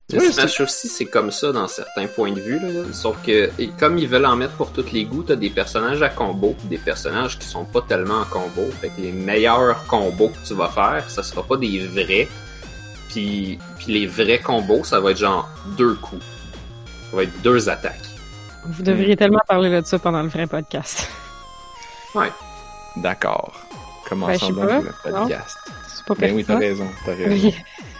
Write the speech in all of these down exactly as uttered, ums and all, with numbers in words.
Le Smash aussi, c'est comme ça dans certains points de vue, là. Sauf que, et comme ils veulent en mettre pour tous les goûts, t'as des personnages à combo, des personnages qui sont pas tellement en combo. Fait que les meilleurs combos que tu vas faire, ça sera pas des vrais. Puis, puis les vrais combos, ça va être genre deux coups. Ça va être deux attaques. Vous devriez mmh. tellement parler de ça pendant le vrai podcast. Ouais. D'accord. Commençons ben, donc le podcast. Non, c'est pas ben oui, t'as raison, t'as raison. Oui.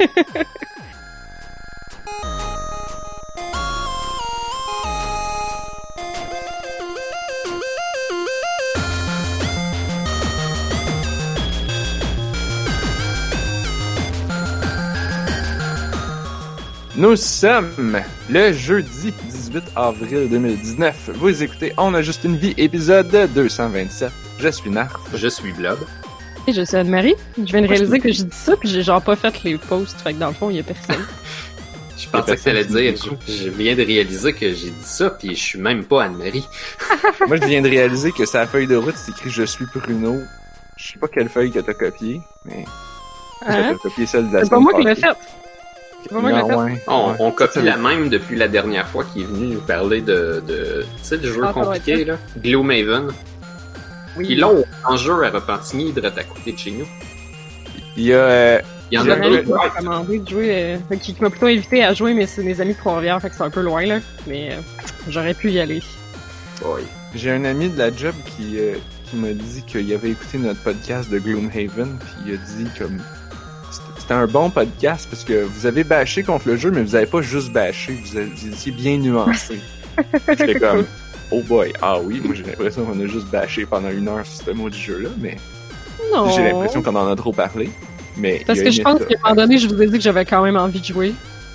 Nous sommes le jeudi dix-huit avril deux mille dix-neuf. Vous écoutez On a juste une vie, épisode deux cent vingt-sept. Je suis Narf. Je suis Blob. Et je suis Anne-Marie. Je viens de réaliser que j'ai dit ça, puis j'ai genre pas fait les posts, fait que dans le fond, il y a personne. Je pensais que t'allais dire, je, je viens de réaliser que j'ai dit ça, puis je suis même pas Anne-Marie. Moi, je viens de réaliser que sur la feuille de route, c'est écrit « Je suis Bruno ». Je sais pas quelle feuille que t'as copiée, mais... Hein? T'as copié celle de la C'est pas moi qui l'ai faite. Non, ouais. On, on copie la même depuis la dernière fois qu'il est venu nous parler de, de tu sais, le jeu ah, compliqué, là. Gloomhaven. Oui. Qui l'ont en jeu à Repentigny, il devrait à côté de chez nous. Il y a... Euh, il y en a d'autres qui m'a commandé de jouer, euh, qui, qui m'a plutôt invité à jouer, mais c'est mes amis de Trois-Rivières, fait que c'est un peu loin, là. Mais euh, j'aurais pu y aller. Oui. J'ai un ami de la job qui, euh, qui m'a dit qu'il avait écouté notre podcast de Gloomhaven, puis il a dit comme... C'était un bon podcast parce que vous avez bâché contre le jeu, mais vous avez pas juste bâché, vous, avez, vous étiez bien nuancé. J'étais comme, oh boy, ah oui, moi j'ai l'impression qu'on a juste bâché pendant une heure sur ce mot du jeu-là, mais non. J'ai l'impression qu'on en a trop parlé. Mais parce que je pense qu'à un moment donné, je vous ai dit que j'avais quand même envie de jouer.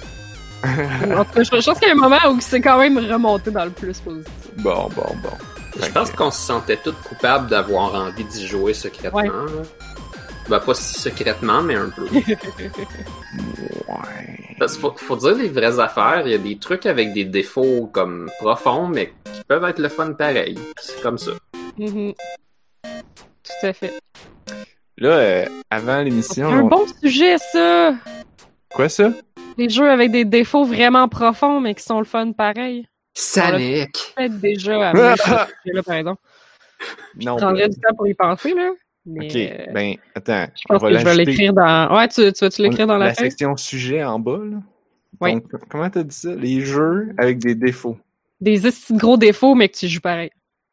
En tout cas, je pense qu'il y a un moment où c'est quand même remonté dans le plus positif. Bon, bon, bon. Je pense qu'on se sentait tous coupables d'avoir envie d'y jouer secrètement. Ouais. Là. Ben, pas si secrètement, mais un peu. Ouais. Parce qu'il faut, faut dire les vraies affaires. Il y a des trucs avec des défauts comme profonds, mais qui peuvent être le fun pareil. C'est comme ça. Mm-hmm. Tout à fait. Là, euh, avant l'émission... C'est un on... bon sujet, ça! Quoi, ça? Les jeux avec des défauts vraiment profonds, mais qui sont le fun pareil. Sanic! Peut-être déjà à ce sujet-là, par exemple. Non, je prendrais ben... du temps pour y penser, là. Mais, ok, euh, ben, attends. Je pense que je vais l'écrire dans... Ouais, tu, tu vas-tu l'écrire dans la, la feuille? section sujet en bas, là. Oui. Donc, comment t'as dit ça? Les jeux avec des défauts. Des estis de gros défauts, mais que tu joues pareil.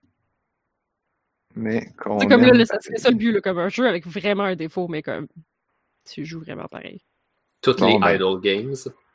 Mais qu'on C'est comme là, ça serait ça le but, là, comme un jeu avec vraiment un défaut, mais comme tu joues vraiment pareil. Toutes les ben... idle games.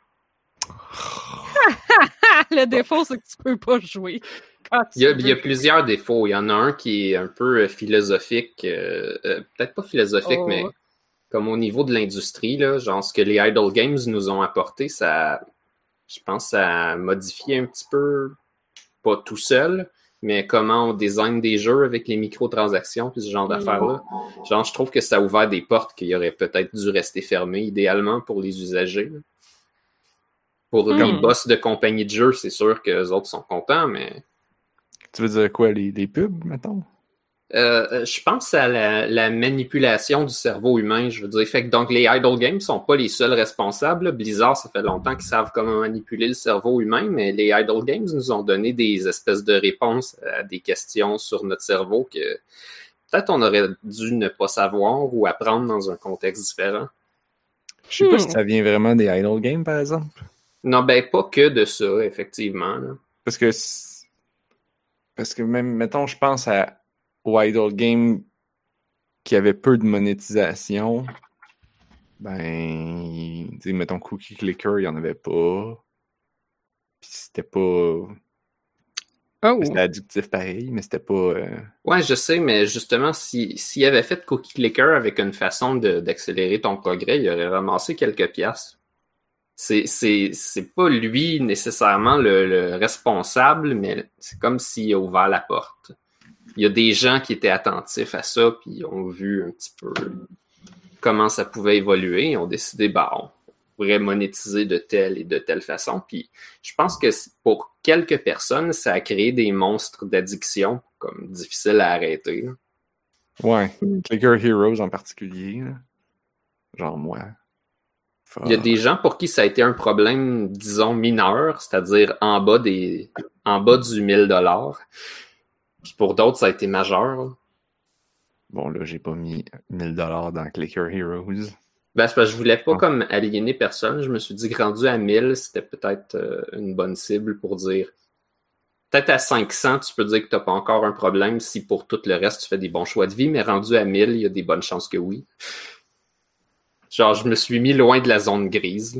Le défaut, c'est que tu peux pas jouer. Il y, a, il y a plusieurs défauts. Il y en a un qui est un peu philosophique, euh, euh, peut-être pas philosophique, oh. mais comme au niveau de l'industrie, là, genre ce que les idle games nous ont apporté, ça, je pense, ça a modifié un petit peu, pas tout seul, mais comment on design des jeux avec les microtransactions puis ce genre d'affaires-là. Genre, je trouve que ça a ouvert des portes qui auraient peut-être dû rester fermées, idéalement pour les usagers. Là. Pour mm. les boss de compagnie de jeux, c'est sûr que les autres sont contents, mais... Tu veux dire quoi, les, les pubs, mettons? Euh, je pense à la, la manipulation du cerveau humain, je veux dire. Fait que donc les idle games sont pas les seuls responsables. Blizzard, ça fait longtemps qu'ils savent comment manipuler le cerveau humain, mais les idle games nous ont donné des espèces de réponses à des questions sur notre cerveau que peut-être on aurait dû ne pas savoir ou apprendre dans un contexte différent. Je sais hmm. pas si ça vient vraiment des idle games, par exemple. Non, ben pas que de ça, effectivement. Là. Parce que parce que même, mettons, je pense à au idle game qui avait peu de monétisation, ben, tu sais, mettons Cookie Clicker, il n'y en avait pas. Puis c'était pas... Oh. C'était addictif pareil, mais c'était pas... Euh... Ouais, je sais, mais justement, si, s'il avait fait Cookie Clicker avec une façon de, d'accélérer ton progrès, il aurait ramassé quelques piastres. C'est, c'est, c'est pas lui nécessairement le, le responsable, mais c'est comme s'il a ouvert la porte. Il y a des gens qui étaient attentifs à ça, puis ont vu un petit peu comment ça pouvait évoluer, et ont décidé, bah, on pourrait monétiser de telle et de telle façon. Puis je pense que pour quelques personnes, ça a créé des monstres d'addiction, comme difficiles à arrêter. Là. Ouais, Clicker Heroes en particulier. Là. Genre moi. Il y a des gens pour qui ça a été un problème, disons, mineur, c'est-à-dire en bas des, en bas du mille dollars. Puis pour d'autres, ça a été majeur. Bon, là, j'ai pas mis mille dollars dans Clicker Heroes. Ben, c'est parce que je voulais pas Ah. comme aliéner personne. Je me suis dit que rendu à mille, c'était peut-être euh, une bonne cible pour dire. Peut-être à cinq cents, tu peux dire que t'as pas encore un problème si pour tout le reste, tu fais des bons choix de vie, mais rendu à mille, il y a des bonnes chances que oui. Genre, je me suis mis loin de la zone grise.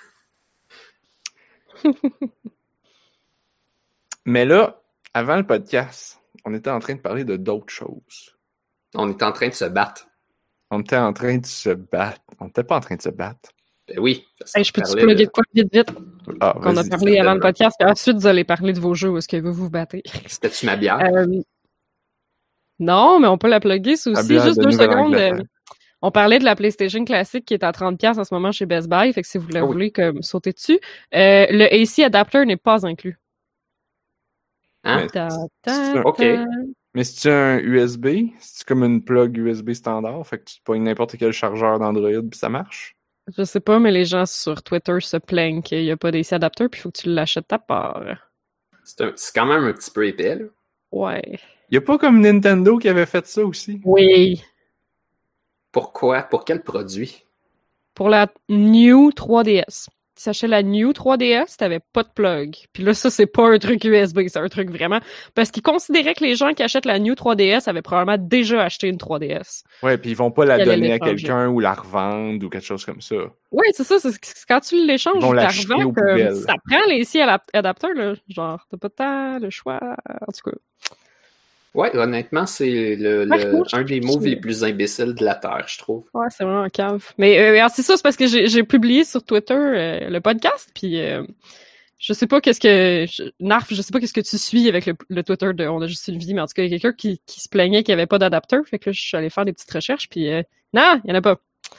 Mais là, avant le podcast, on était en train de parler de d'autres choses. On est en train de se battre. On était en train de se battre. On n'était pas en train de se battre. Ben oui. parce Hey, qu'on je peux-tu parlait plugger de- de quoi vite, vite? Ah, Qu'on a vas-y. parlé avant le certainement. podcast, puis ensuite vous allez parler de vos jeux où est-ce que vous vous battez. C'était-tu ma bière? Euh, non, mais on peut la plugger, c'est La aussi. bière Juste de deux secondes. Nouvelle-Angleterre. euh, on parlait de la PlayStation classique qui est à trente dollars en ce moment chez Best Buy, fait que si vous la Oh oui. voulez comme sauter dessus. Euh, le A C adapter n'est pas inclus. Hein? Mais- Ta, c'est ta, un- Ok. ta. Mais si tu as un U S B, c'est comme une plug U S B standard, fait que tu pognes n'importe quel chargeur d'Android puis ça marche. Je sais pas, mais les gens sur Twitter se plaignent qu'il n'y a pas d'A C adapter, puis il faut que tu l'achètes à part. C'est, un- c'est quand même un petit peu épais, là. Ouais. Y a pas comme Nintendo qui avait fait ça aussi? Oui. Pourquoi? Pour quel produit? Pour la New trois D S. Si t'achètes la New trois D S, t'avais pas de plug. Puis là, ça, c'est pas un truc U S B, c'est un truc vraiment... Parce qu'ils considéraient que les gens qui achètent la New trois D S avaient probablement déjà acheté une trois D S. Ouais, puis ils vont pas la Ils allaient donner à l'échanger. quelqu'un ou la revendre ou quelque chose comme ça. Oui, c'est ça, c'est c'est quand tu l'échanges, Ils vont tu l'acheter revends aux comme poubelles. ça prend les C adapteurs, là. Genre, t'as pas tant le choix, en tout cas. Ouais, honnêtement, c'est le, Ouais, le- moi, je- un des je- moves les plus imbéciles de la Terre, je trouve. Ouais, c'est vraiment un cave. Mais euh, alors, c'est ça, c'est parce que j'ai j'ai publié sur Twitter euh, le podcast, puis euh, je sais pas qu'est-ce que... je- Narf, je sais pas qu'est-ce que tu suis avec le, le Twitter de On a juste une vie, mais en tout cas, il y a quelqu'un qui, qui se plaignait qu'il y avait pas d'adapteur, fait que là, je suis allée faire des petites recherches, puis euh, non, il y en a pas.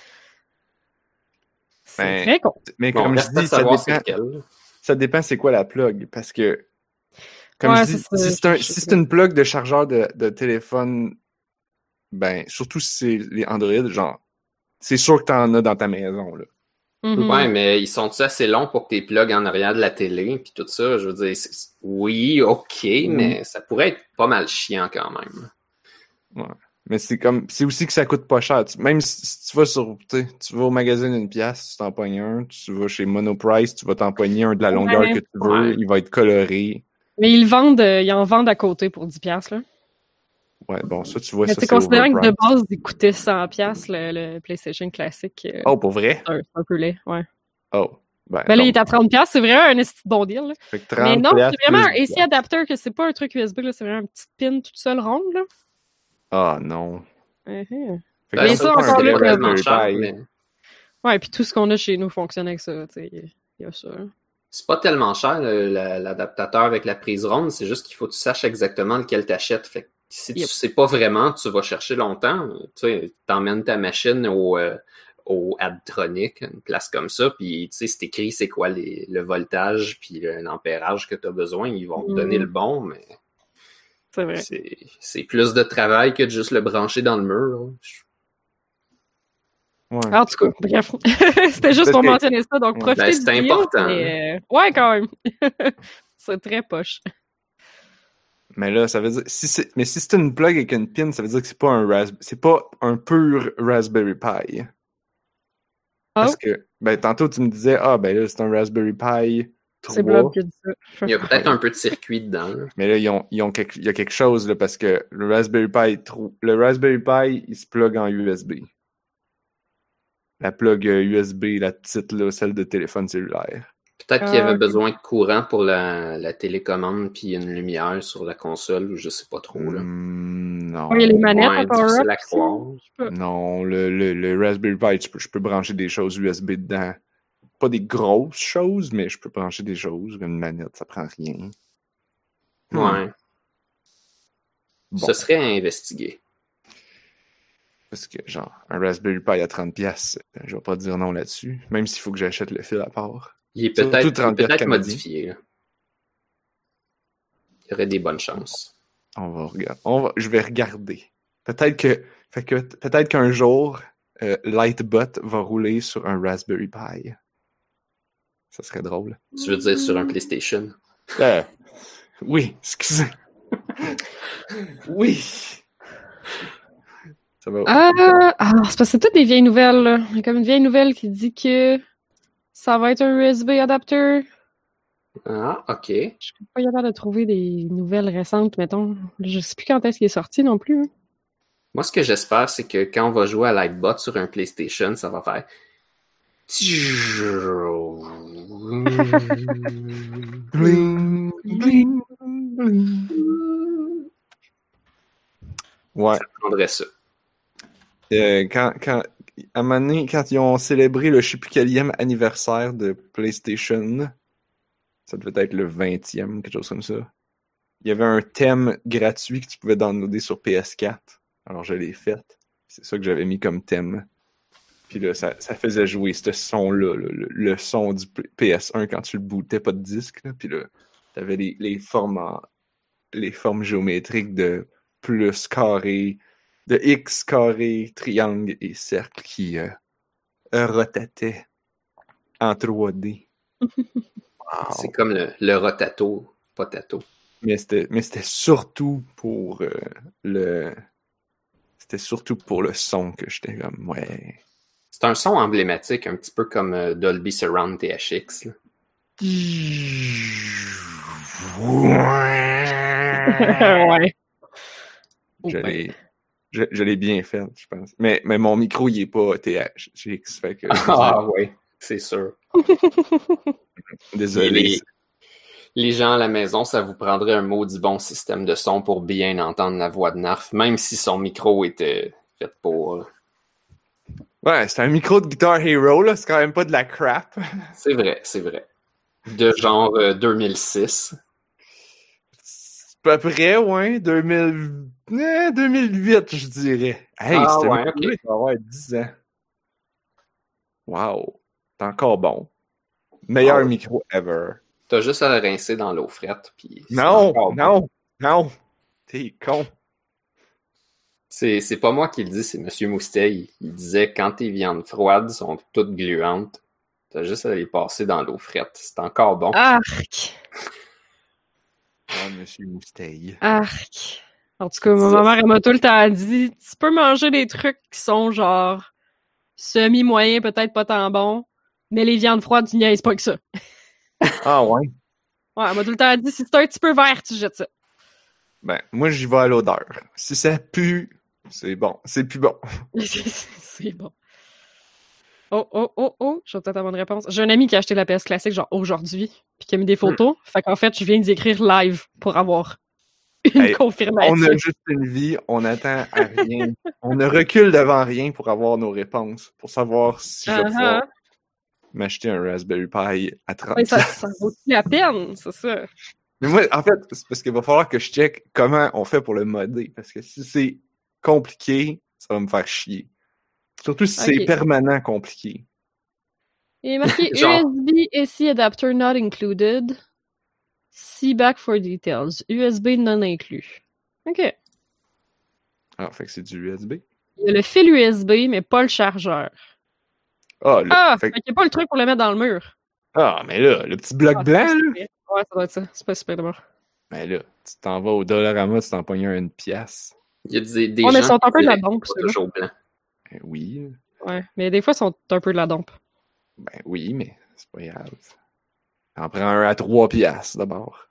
C'est Ben, très con. Mais Bon, comme je reste à dis, ça savoir c'est dépend, lequel. ça dépend c'est quoi la plug. Parce que, comme Ouais, je dis, c'est ça, si c'est un- je- je- si c'est une plug de chargeur de, de téléphone, ben, surtout si c'est les Android, genre, c'est sûr que t'en as dans ta maison, là. Mhm. Ouais, mais ils sont-ils assez longs pour que tes plugs en arrière de la télé, puis tout ça? Je veux dire, c'est- oui, ok, mais ça pourrait être pas mal chiant quand même. Mais c'est comme, c'est aussi que ça coûte pas cher. Tu- Même si, si tu vas sur, tu sais, tu vas au magazine une pièce, tu t'en pognes un. Tu vas chez Monoprice, tu vas t'en pogner un de la longueur Ouais. que tu veux. Ouais. Il va être coloré. Mais ils le vendent, euh, ils en vendent à côté pour dix dollars, là. Ouais, bon, ça, tu vois, Mais ça, c'est c'est considérant que de overpriced. base, il coûtait cent dollars le, le PlayStation classique. euh, Oh, pour vrai? c'est un, c'est un peu laid, ouais. Oh. Ben, Ben là, il donc, est à trente dollars, c'est vraiment un esti de bon deal, là. fait que Mais trente non, piastres c'est vraiment plus un dix A C adapter, que c'est pas un truc U S B, là, c'est vraiment une petite pin toute seule ronde, là. Ah, non. Mhm. Fait Ben, que Mais c'est ça, pas encore un là, vrai comme- tellement Raspberry cher, Pi. mais Ouais, puis tout ce qu'on a chez nous fonctionne avec ça, tu sais. Il y a ça. c'est pas tellement cher, le- la- l'adaptateur avec la prise ronde, c'est juste qu'il faut que tu saches exactement lequel t'achètes. Fait que si Yep. tu sais pas vraiment, tu vas chercher longtemps. Tu sais, t'emmènes ta machine au, euh, au Adtronic, une place comme ça, puis tu sais, c'est écrit c'est quoi les, le voltage puis le- l'ampérage que tu as besoin, ils vont te Mm. donner le bon, mais C'est vrai. c'est c'est plus de travail que de juste le brancher dans le mur. hein. Je- Ouais. En tout cas, bref. C'était juste Parce pour que- mentionner ça, donc Ouais. profitez Ben, du c'est deal, important. mais, euh, Ouais, quand même. C'est très poche. Mais là, ça veut dire, si c'est, mais si c'est une plug avec une pin, ça veut dire que c'est pas un ras, c'est pas un pur Raspberry Pi. Parce Oh. que, ben, tantôt, tu me disais, ah, ben là, c'est un Raspberry Pi C'est trois. Blob qui a dit ça. Il y a peut-être un peu de circuit dedans. là. Mais là, ils ont, ils ont quelque, il y a quelque chose, là, parce que le Raspberry Pi, tro- le Raspberry Pi, il se plug en U S B. La plug euh, U S B, la petite, là, celle de téléphone cellulaire. Peut-être qu'il y Ah, avait ok. besoin de courant pour la, la télécommande puis une lumière sur la console, ou je sais pas trop. Là. Hmm, non. Ouais, il y a les manettes Ouais, à power difficile up à croire. aussi. Non, le, le, le Raspberry Pi, tu peux- je peux brancher des choses U S B dedans. Pas des grosses choses, mais je peux brancher des choses. Une manette, ça prend rien. Hmm. Ouais. Bon, Ce serait à investiguer. parce que, genre, un Raspberry Pi à trente piastres, je vais pas dire non là-dessus. Même s'il faut que j'achète le fil à part. Il est Surtout peut-être trente piastres peut-être canadiens. modifié. là. Il y aurait des bonnes chances. On va regarder. On va, je vais regarder. Peut-être que, fait que peut-être qu'un jour, euh, Lightbot va rouler sur un Raspberry Pi. Ça serait drôle. Tu veux dire sur un PlayStation? Euh, oui, excusez. Oui. Ça va. Ah, ah, c'est parce que c'est toutes des vieilles nouvelles, là. Il y a comme une vieille nouvelle qui dit que ça va être un U S B adapter. Ah, ok. Je suis pas capable de trouver des nouvelles récentes, mettons. Je sais plus quand est-ce qu'il est sorti non plus. Hein. Moi, ce que j'espère, c'est que quand on va jouer à Lightbot sur un PlayStation, ça va faire... Bling, bling, bling. Ouais. Ça prendrait ça. Euh, quand, quand, à un moment donné, quand ils ont célébré le je sais plus quelième anniversaire de PlayStation, ça devait être le vingtième, quelque chose comme ça. Il y avait un thème gratuit que tu pouvais downloader sur P S quatre. Alors je l'ai fait. C'est ça que j'avais mis comme thème. Puis là, ça, ça faisait jouer ce son-là, le, le, le son du P S un quand tu le bootais, pas de disque. Là. Puis là, t'avais les, les formes en, les formes géométriques de plus carré, de X carré, triangle et cercle qui euh, rotataient en trois D. Wow. C'est comme le, le rotato, potato. Mais c'était, mais c'était surtout pour euh, le... C'était surtout pour le son que j'étais comme, ouais... C'est un son emblématique, un petit peu comme euh, Dolby Surround T H X. Là. ouais. Je l'ai, je, je l'ai bien fait, je pense. Mais, mais mon micro, il est pas T H X, fait que... Ah oui, c'est sûr. Désolé. Les, les gens à la maison, ça vous prendrait un maudit bon système de son pour bien entendre la voix de Narf, même si son micro était fait pour... Ouais, c'est un micro de Guitar Hero, là. C'est quand même pas de la crap. C'est vrai, c'est vrai. De genre euh, deux mille six. C'est à peu près, ouais. deux mille... Eh, deux mille huit, je dirais. Hey, Ah, c'était ouais, micro-là, ok. il va avoir dix ans. Wow. C'est encore bon. Meilleur Ah ouais. micro ever. T'as juste à le rincer dans l'eau frette. Puis c'est Non, encore bon. non, non. T'es con. C'est, c'est pas moi qui le dis, c'est M. Moustet. Il, il disait quand tes viandes froides sont toutes gluantes, t'as juste à les passer dans l'eau frette. C'est encore bon. Arc! Ah, Monsieur Mousteil. Arc! En tout cas, ma mère, elle m'a tout le temps dit, tu peux manger des trucs qui sont genre semi-moyens, peut-être pas tant bons, mais les viandes froides, tu niaises pas que ça. Ah ouais? Ouais, elle m'a tout le temps dit, si c'est un petit peu vert, tu jettes ça. Ben, moi, j'y vais à l'odeur. Si ça pue, c'est bon. C'est plus bon. C'est bon. Oh, oh, oh, oh, j'ai peut-être avoir une réponse. J'ai un ami qui a acheté la P S Classique, genre, aujourd'hui, puis qui a mis des photos. Fait qu'en fait, je viens d'y écrire live pour avoir une Hey, confirmation. On a juste une vie, on attend à rien. On ne recule devant rien pour avoir nos réponses, pour savoir si je vais Uh-huh. pouvoir m'acheter un Raspberry Pi à trente Ouais, ça, ça vaut la peine, c'est ça. Mais moi, en fait, c'est parce qu'il va falloir que je check comment on fait pour le modder. Parce que si c'est compliqué, ça va me faire chier. Surtout si Ok. c'est permanent compliqué. Il est marqué Genre. U S B A C adapter not included. See back for details. U S B non inclus. OK. Ah, fait que c'est du U S B. Il y a le fil U S B, mais pas le chargeur. Ah, le, Ah! fait Fait que- qu'il n'y a pas le truc pour le mettre dans le mur. ah, mais là, le petit bloc Ah, blanc, c'est pas là. super. Ouais, ça doit être ça. C'est pas super d'abord. Ben là, tu t'en vas au Dollarama, tu t'en pognes un à une pièce. Il y a des, des Ouais, mais ils gens sont un qui peu de la diraient dompe, que c'est pas ceux-là. toujours blanc. Ben oui. Ouais, mais des fois, ils sont un peu de la dompe. Ben oui, mais c'est pas grave. T'en prends un à trois piastres, d'abord.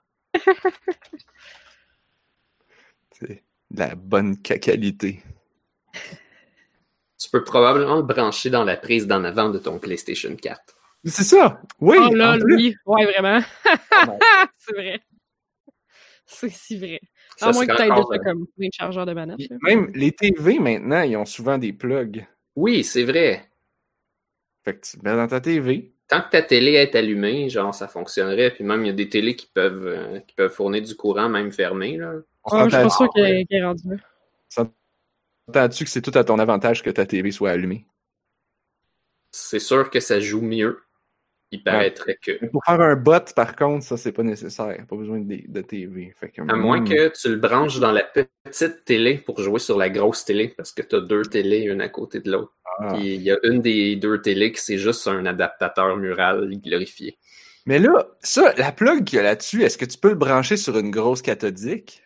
C'est de la bonne qualité. Tu peux probablement le brancher dans la prise d'en avant de ton PlayStation quatre. C'est ça! Oui! Oh là, en plus. oui. Ouais, vraiment. Oh c'est vrai. C'est si vrai. Ça À moins que serait tu aies encore, déjà euh, comme plein de chargeurs de manette. là. Même les T V, maintenant, ils ont souvent des plugs. Oui, c'est vrai. Fait que tu le mets dans ta T V. Tant que ta télé est allumée, genre, ça fonctionnerait. Puis même, il y a des télés qui peuvent, euh, qui peuvent fournir du courant, même fermé, là. On Ouais, je suis pas s'entend- sûre qu'elle qu'elle est rendue là. S'entends-tu que c'est tout à ton avantage que ta T V soit allumée? C'est sûr que ça joue mieux. il paraîtrait que. Mais pour faire un bot, par contre, ça, c'est pas nécessaire. Pas besoin de, de T V. Fait que, À moins hmm. que tu le branches dans la petite télé pour jouer sur la grosse télé, parce que tu as deux télés, une à côté de l'autre. Ah. Puis il y a une des deux télés qui c'est juste un adaptateur mural glorifié. Mais là, ça, la plug qu'il y a là-dessus, est-ce que tu peux le brancher sur une grosse cathodique?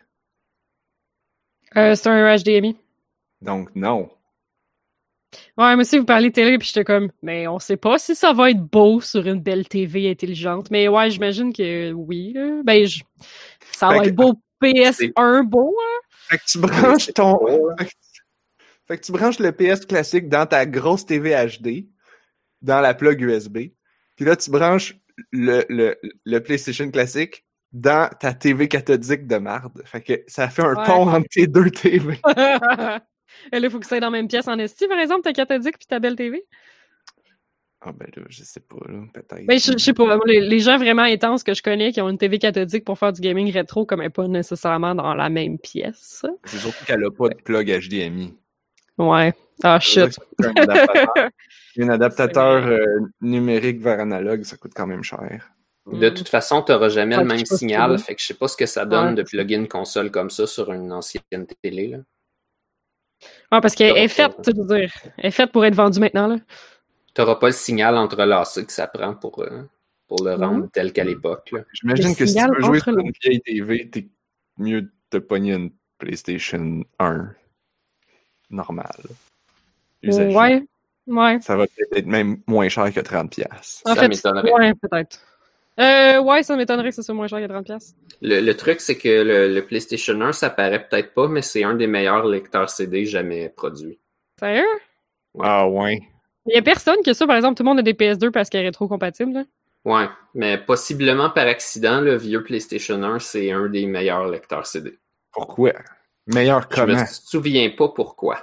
Euh, c'est un H D M I. Donc, non. Ouais, mais si vous parlez télé, puis j'étais comme, mais on sait pas si ça va être beau sur une belle T V intelligente. Mais ouais, j'imagine que oui. Là. Ben, je... ça Fait va que- être beau P S un beau. Hein? Fait que tu branches ton... Fait que, fait que tu branches le P S classique dans ta grosse T V H D, dans la plug U S B. Puis là, tu branches le, le, le PlayStation classique dans ta T V cathodique de marde. Fait que ça fait un Ouais. pont entre tes deux T V. Et là, il faut que ça aille dans la même pièce en esti, par exemple, ta cathodique puis ta belle T V. Ah ben là, je sais pas, là, peut-être. Ben, je, je sais pas. Moi, Les, les gens vraiment intenses que je connais qui ont une T V cathodique pour faire du gaming rétro, comme elle n'est pas nécessairement dans la même pièce. C'est surtout qu'elle a pas de plug H D M I. Ouais. Ah, shit. C'est un adaptateur, un adaptateur euh, numérique vers analogue, ça coûte quand même cher. De toute façon, tu n'auras jamais Ouais, le je même sais pas ce signal, que c'est. fait que je sais pas ce que ça donne Ouais. de plugger une console comme ça sur une ancienne télé. Là. Ouais, parce qu'elle Ça va est faite, pas. tu veux dire. Elle est faite pour être vendue maintenant, là. Tu n'auras pas le signal entrelacé que ça prend pour, euh, pour le rendre tel qu'à l'époque. Là. J'imagine Le que si tu signal veux jouer entre sur les- une vieille T V, t'es mieux de te pogner une PlayStation un normale. Usagée. Ouais. Ouais. Ça va peut-être être même moins cher que trente piastres. En Ça fait, m'étonnerait. ouais, peut-être. Euh, ouais, ça m'étonnerait que ce soit moins cher que trente piastres. Le, le truc, c'est que le, le PlayStation un, ça paraît peut-être pas, mais c'est un des meilleurs lecteurs C D jamais produits. Sérieux? Ah ouais. Il y a personne que ça, par exemple, tout le monde a des P S deux parce qu'elle est rétro-compatible, là. Ouais, mais possiblement par accident, le vieux PlayStation un, c'est un des meilleurs lecteurs C D. Pourquoi? Meilleur Je me comment? souviens pas pourquoi.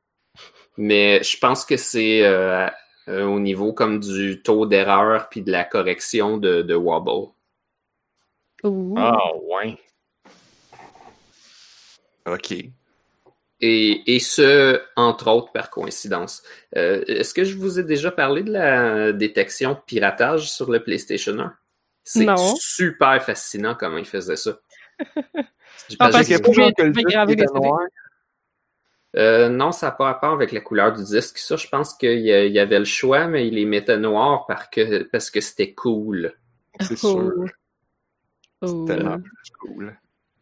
Mais je pense que c'est euh, euh, au niveau comme du taux d'erreur puis de la correction de, de wobble. Ouh. Ah ouais. Ok. Et, et ce, entre autres, par coïncidence. Euh, est-ce que je vous ai déjà parlé de la détection de piratage sur le PlayStation un? C'est Non. super fascinant comment ils faisaient ça. Ah, parce qu'il y a que pas tu genre que pouvais le disque graver était des C D. noir? Euh, non, ça n'a pas rapport avec la couleur du disque. Ça, je pense qu'il y, a- il y avait le choix, mais il les mettait noirs parce que, parce que c'était cool. C'est sûr. Oh. C'est tellement plus cool.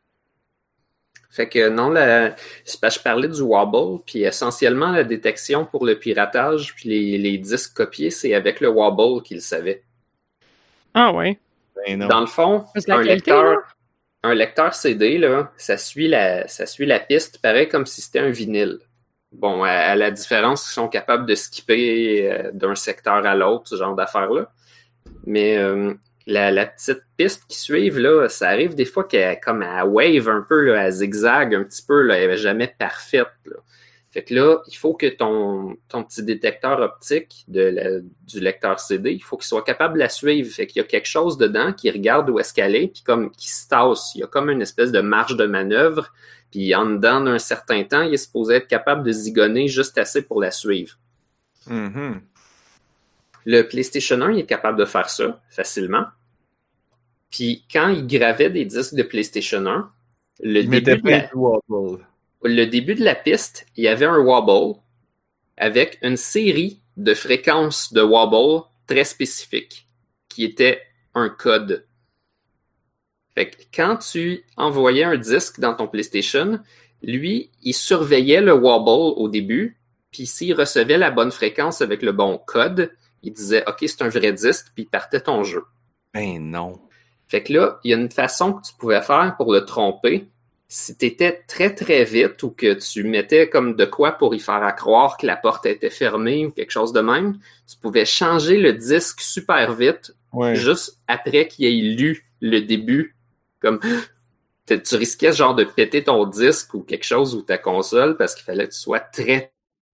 Fait que non, la, c'est parce que je parlais du wobble, puis essentiellement la détection pour le piratage, puis les, les disques copiés, c'est avec le wobble qu'ils savaient. Ah ouais. Ben non. Dans le fond, Parce que la un qualité, lecteur, là. un lecteur C D, là, ça suit la, ça suit la piste, pareil comme si c'était un vinyle. Bon, à, à la différence qu'ils sont capables de skipper euh, d'un secteur à l'autre, ce genre d'affaires-là. Mais euh, la, la petite piste qui suivent, là, ça arrive des fois qu'elle comme elle wave un peu, là, elle zigzag un petit peu, là, elle n'est jamais parfaite. Là. Fait que là, il faut que ton, ton petit détecteur optique de la, du lecteur C D, il faut qu'il soit capable de la suivre. Fait qu'il y a quelque chose dedans qui regarde où est-ce qu'elle est, puis comme qui se tasse. Il y a comme une espèce de marge de manœuvre, puis en dedans d'un certain temps, il est supposé être capable de zigonner juste assez pour la suivre. Mhm. Le PlayStation un, il est capable de faire ça facilement. Puis quand il gravait des disques de PlayStation un, le Il début mettait de pas la... du wobble. le début de la piste, il y avait un wobble avec une série de fréquences de wobble très spécifiques qui était un code. Fait que quand tu envoyais un disque dans ton PlayStation, lui, il surveillait le wobble au début, puis s'il recevait la bonne fréquence avec le bon code, il disait « Ok, c'est un vrai disque », puis il partait ton jeu. Ben non. Fait que là, il y a une façon que tu pouvais faire pour le tromper. Si tu étais très très vite ou que tu mettais comme de quoi pour y faire à croire que la porte était fermée ou quelque chose de même, tu pouvais changer le disque super vite, Ouais. juste après qu'il ait lu le début. Comme tu tu risquais genre de péter ton disque ou quelque chose ou ta console parce qu'il fallait que tu sois très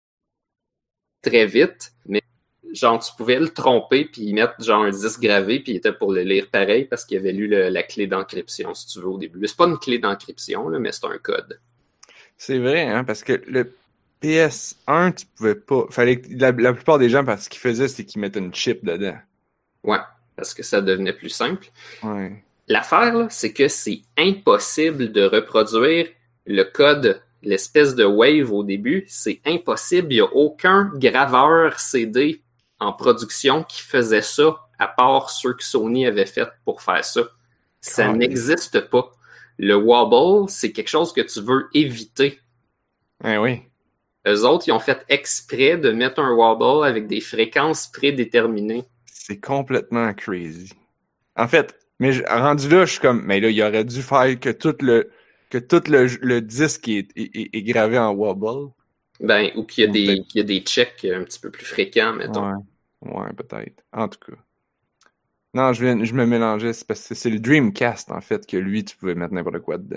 très vite, mais genre tu pouvais le tromper puis y mettre genre un disque gravé puis il était pour le lire pareil parce qu'il avait lu le- la clé d'encryption si tu veux au début. C'est pas une clé d'encryption là, mais c'est un code. C'est vrai, hein, parce que le P S un, tu pouvais pas. Fallait que la, la plupart des gens, parce qu'ils faisaient, c'est qu'ils mettaient une chip dedans. Ouais, parce que ça devenait plus simple. Ouais. L'affaire, là, c'est que c'est impossible de reproduire le code, l'espèce de wave au début. C'est impossible. Il n'y a aucun graveur C D en production qui faisait ça, à part ceux que Sony avait fait pour faire ça. Ça Ah, n'existe pas. Le wobble, c'est quelque chose que tu veux éviter. Eh oui. Eux autres, ils ont fait exprès de mettre un wobble avec des fréquences prédéterminées. C'est complètement crazy. En fait, mais je- rendu là, je suis comme, mais là, il aurait dû faire que tout le que tout le, le disque est, est, est gravé en wobble. Ben, ou qu'il y a Ou des, peut-être- qu'il y a des checks un petit peu plus fréquents, mettons. Ouais, ouais, peut-être. En tout cas. Non, je, viens, je me mélangeais, c'est parce que c'est le Dreamcast, en fait, que lui, tu pouvais mettre n'importe quoi dedans.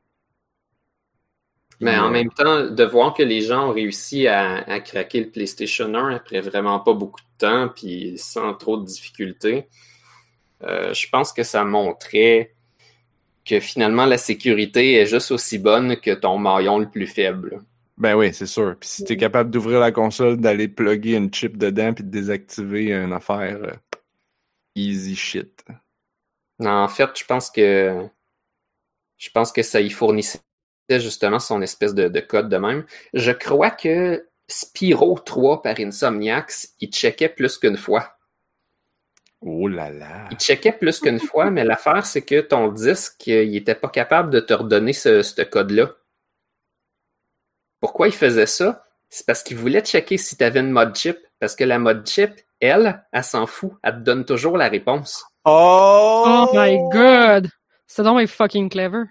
Mais en Euh, même temps, de voir que les gens ont réussi à, à craquer le PlayStation un après vraiment pas beaucoup de temps, puis sans trop de difficultés, euh, je pense que ça montrait que finalement la sécurité est juste aussi bonne que ton maillon le plus faible. Ben oui, c'est sûr. Puis si t'es capable d'ouvrir la console, d'aller plugger une chip dedans, puis de désactiver une affaire, euh, easy shit. Non, en fait, je pense que je pense que ça y fournissait justement son espèce de, de code de même. Je crois que Spyro trois par Insomniacs, il checkait plus qu'une fois. Oh là là. Il checkait plus qu'une fois, mais l'affaire, c'est que ton disque, il était pas capable de te redonner ce, ce code-là. Pourquoi il faisait ça? C'est parce qu'il voulait checker si tu avais une mod chip, parce que la mod chip, elle, elle s'en fout. Elle te donne toujours la réponse. Oh! Oh my god! C'est donc fucking clever.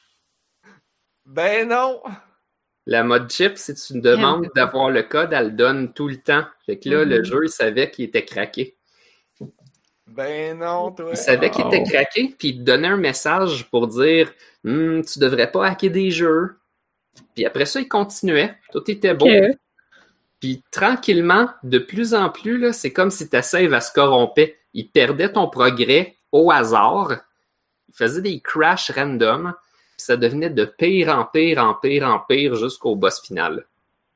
Ben non! La mod chip, si tu demandes d'avoir le code, elle le donne tout le temps. Fait que là, Mhm. le jeu, il savait qu'il était craqué. Ben non, toi! Il savait qu'il était Oh. craqué, puis il te donnait un message pour dire hm, tu devrais pas hacker des jeux. Puis après ça, il continuait. Tout était beau. Ok. Puis tranquillement, de plus en plus, là, c'est comme si ta save elle se corrompait. Il perdait ton progrès au hasard. Il faisait des crashs random. Puis ça devenait de pire en pire, en pire, en pire jusqu'au boss final.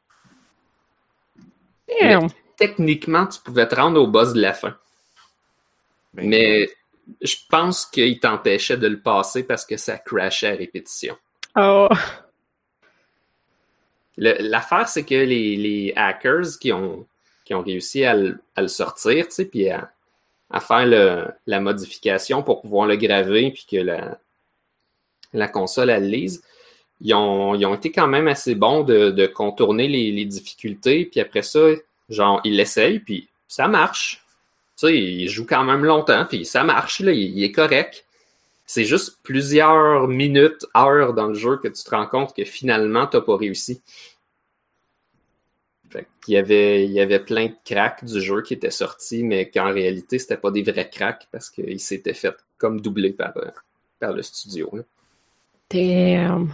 Damn. Techniquement, tu pouvais te rendre au boss de la fin. Ben, Mais je pense qu'il t'empêchait de le passer parce que ça crashait à répétition. Oh. Le- l'affaire, c'est que les, les hackers qui ont, qui ont réussi à le, à le sortir, tu sais, puis à, à faire le, la modification pour pouvoir le graver, puis que la, la console, elle lise, ils ont, ils ont été quand même assez bons de, de contourner les, les difficultés, puis après ça, genre, ils l'essayent, puis ça marche. Tu sais, il joue quand même longtemps, puis ça marche, là, il, il est correct. C'est juste plusieurs minutes, heures dans le jeu que tu te rends compte que finalement, t'as pas réussi. Fait qu'il y avait, il y avait plein de cracks du jeu qui étaient sortis, mais qu'en réalité, c'était pas des vrais cracks parce qu'ils s'étaient fait comme doubler par, par le studio. Là. Damn.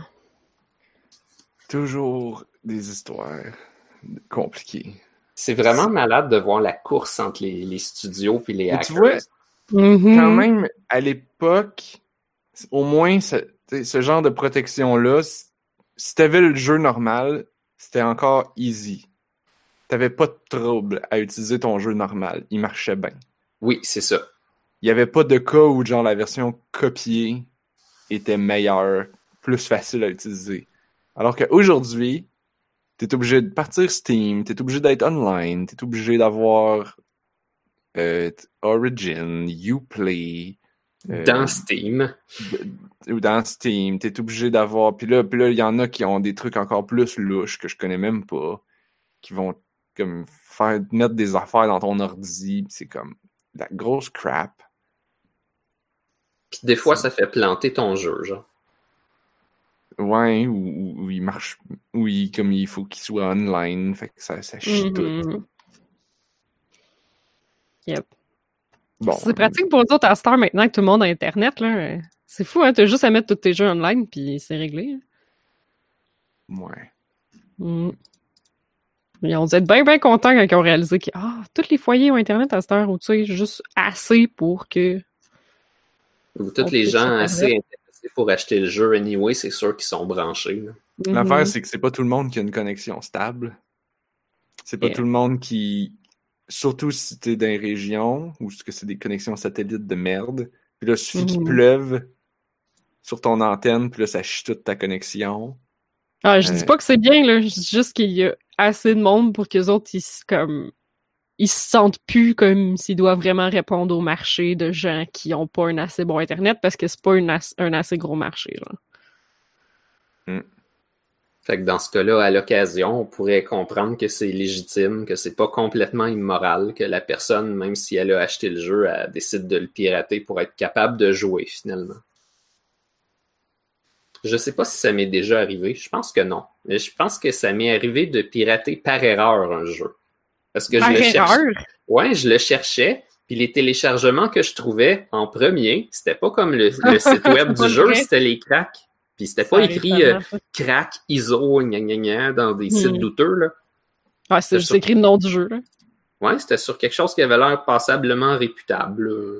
toujours des histoires compliquées. C'est vraiment malade de voir la course entre les, les studios et les Mais hackers. tu vois, Mhm. quand même, à l'époque, au moins, ce, ce genre de protection-là, si t'avais le jeu normal, c'était encore easy. T'avais pas de trouble à utiliser ton jeu normal. Il marchait bien. Oui, c'est ça. Il y avait pas de cas où genre la version copiée était meilleure, plus facile à utiliser. Alors qu'aujourd'hui, t'es obligé de partir Steam, t'es obligé d'être online, t'es obligé d'avoir euh, Origin, Uplay, euh, Dans Steam. ou dans Steam, t'es obligé d'avoir. Puis là, puis là, il y en a qui ont des trucs encore plus louches que je connais même pas, qui vont comme faire mettre des affaires dans ton ordi. Pis c'est comme de la grosse crap. Puis des fois, ça fait planter ton jeu, genre. Ouais, ou, ou, ou il marche, ou il, comme il faut qu'il soit online, fait que ça, ça chie tout. Mhm. Yep. Bon, C'est pratique pour nous autres à cette heure maintenant que tout le monde a Internet. Là. C'est fou, hein? T'as juste à mettre tous tes jeux online, puis c'est réglé. ouais. Mm. Ils ont dû être bien, bien contents quand ils ont réalisé que ah, tous les foyers ont Internet à cette heure, ou tu sais, juste assez pour que. Ou tous On les peut gens se assez permettre. intéressés pour acheter le jeu anyway, c'est sûr qu'ils sont branchés. Là. L'affaire, Mhm. c'est que c'est pas tout le monde qui a une connexion stable. C'est pas Yeah. tout le monde qui, surtout si t'es dans les régions ou que c'est des connexions satellites de merde. Puis là, il suffit qu'il Mhm. pleuve sur ton antenne, puis là, ça chie toute ta connexion. Ah, je Euh. dis pas que c'est bien, là. Je dis juste qu'il y a assez de monde pour qu'eux autres, ils se, comme, ils se sentent plus comme s'ils doivent vraiment répondre au marché de gens qui ont pas un assez bon Internet parce que c'est pas une as- un assez gros marché, là. Fait que dans ce cas-là, à l'occasion, on pourrait comprendre que c'est légitime, que c'est pas complètement immoral, que la personne, même si elle a acheté le jeu, elle décide de le pirater pour être capable de jouer, finalement. Je sais pas si ça m'est déjà arrivé, je pense que non. Mais je pense que ça m'est arrivé de pirater par erreur un jeu. Parce que Par je le cherchais. erreur? Ouais, je le cherchais, puis les téléchargements que je trouvais en premier, c'était pas comme le, le site web C'est pas du jeu, vrai. c'était les cracks. Puis c'était Ça pas arrive écrit euh, tellement, ça. crack, I S O, gna gna gna, dans des sites Hmm. douteux, là. Ah, c'est C'est juste sûr. écrit le nom du jeu, là. Ouais, c'était sur quelque chose qui avait l'air passablement réputable, là.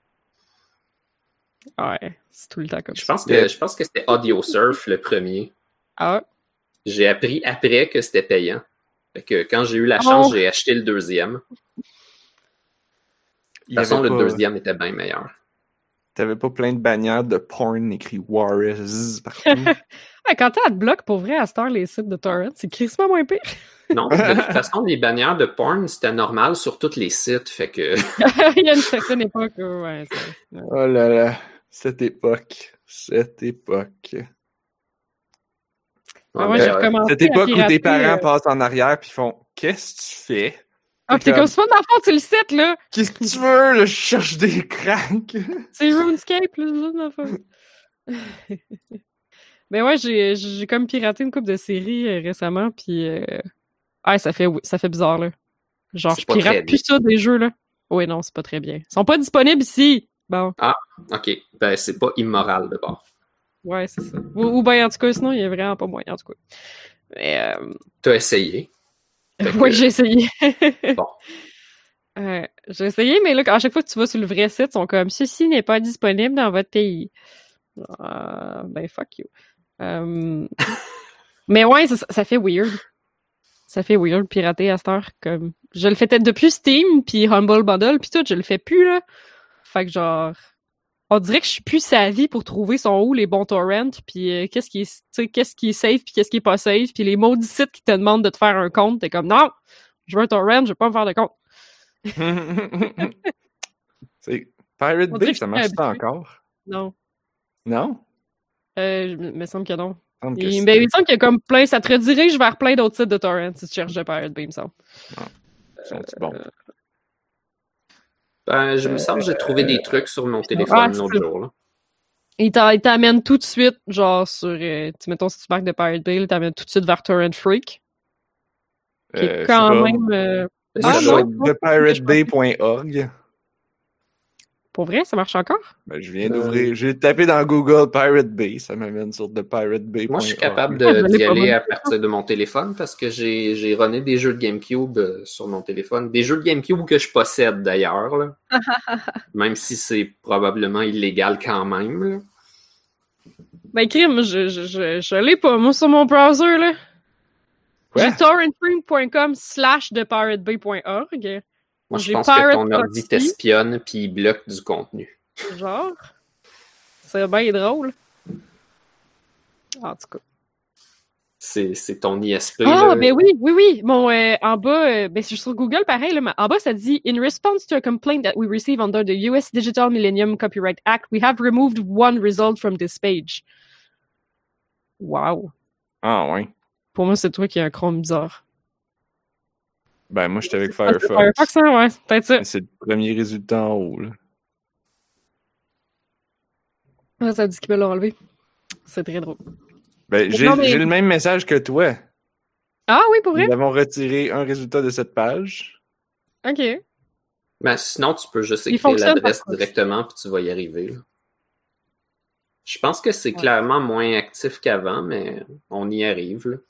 Ouais, c'est tout le temps comme Je ça. pense que, je pense que c'était AudioSurf, le premier. Ah, J'ai appris après que c'était payant. Fait que quand j'ai eu la Oh. chance, j'ai acheté le deuxième. De Il toute façon, avait le pas- deuxième était bien meilleur. T'avais pas plein de bannières de porn écrit Warriors partout. ouais, quand t'as adblock, pour vrai, à cette heure, les sites de torrent, c'est crissement moins pire. Non, de toute façon, les bannières de porn, c'était normal sur tous les sites. Fait que Il y a une certaine époque, où, ouais, ça... ouais. Oh là là, cette époque, cette époque. Ah, moi, mais, j'ai euh, recommencé Cette à époque où tes pirater, parents euh, passent en arrière puis font « Qu'est-ce que tu fais? » Ah, pis t'es comme, c'est pas de ma faute, c'est le site, là! Qu'est-ce que tu veux? Là, je cherche des cracks. C'est RuneScape, là, c'est pas de ma faute. Ben ouais, j'ai, j'ai comme piraté une couple de séries euh, récemment, pis euh... ah, ça fait, ça fait bizarre, là. Genre, C'est je pas très pirate plus ça des jeux, là. Oui, non, c'est pas très bien. Ils sont pas disponibles ici! Bon, OK, ben c'est pas immoral de bord. ouais, c'est ça. Ou, ou ben, en tout cas, sinon, il y a vraiment pas moyen, en tout cas. Mais, euh... T'as essayé. Fait que- oui, j'ai essayé. Bon. Euh, j'ai essayé, mais là, à chaque fois que tu vas sur le vrai site, ils sont comme « Ceci n'est pas disponible dans votre pays. » Euh, ben, fuck you. Euh... mais ouais, ça, ça fait weird. Ça fait weird, pirater à cette heure. Comme... Je le fais peut-être depuis Steam, puis Humble Bundle, puis tout, je le fais plus, là. Fait que genre... On dirait que je suis plus savie pour trouver son où les bons torrents, puis euh, qu'est-ce qui est, tu sais, qu'est-ce qui est safe, puis qu'est-ce qui est pas safe, puis les maudits sites qui te demandent de te faire un compte, t'es comme « Non! Je veux un torrent, je veux pas me faire de compte. » C'est Pirate On dirait Bay, que ça je marche suis pas habituée. encore? Non. Non? Euh, il me semble que non. Il me semble que Il, c'est- ben, il me semble qu'il y a comme plein, ça te redirige vers plein d'autres sites de torrents si tu cherches de Pirate Bay, il me semble. Sont-ils bons? Ben, je me semble que j'ai trouvé des trucs sur mon Ah, téléphone c'est l'autre ça. jour. Là. Il t'a- il t'amène tout de suite, genre, sur, euh, tu mettons, si tu marques de Pirate Bay, il t'amène tout de suite vers Torrent Freak, qui Euh, est quand je sais pas. même... euh, Moi, Ah je non? suis de pirate bay point org. Pour vrai, ça marche encore? Ben, je viens Euh. d'ouvrir. J'ai tapé dans Google Pirate Bay. Ça m'amène sur de pirate bay point org. Moi, je suis capable Ah, de, je l'ai d'y pas aller mal. à partir de mon téléphone parce que j'ai, j'ai runné des jeux de GameCube euh, sur mon téléphone. Des jeux de GameCube que je possède d'ailleurs, là. Même si c'est probablement illégal quand même. Là. Ben, crime, je, je, je, je l'ai pas, moi, sur mon browser, là. Quoi? J'ai torrentfreak.com slash de piratebay.org. Moi, je J'ai pense que Pirate ton ordi Proxy. t'espionne puis il bloque du contenu. Genre. C'est bien drôle. En tout cas. C'est, c'est ton I S P. Ah, là. ben oui, oui, oui. Bon, euh, en bas, euh, ben, c'est sur Google, pareil, là, mais en bas, ça dit « In response to a complaint that we receive under the U S Digital Millennium Copyright Act, we have removed one result from this page. » Wow. Ah, ouais. Pour moi, c'est toi qui as un Chrome bizarre. Ben, moi, j'étais avec Ah, c'est Firefox. Firefox, hein? Ouais, c'est peut-être ça. C'est le premier résultat en haut, là. Ah, ça dit qu'il veut l'enlever. C'est très drôle. Ben, j'ai, Non, mais- j'ai le même message que toi. Ah oui, pour vrai? Nous avons retiré un résultat de cette page. OK. Ben, sinon, tu peux juste Il écrire fonctionne l'adresse par proxy. directement puis tu vas y arriver. Là. Je pense que c'est Ouais. clairement moins actif qu'avant, mais on y arrive. Là.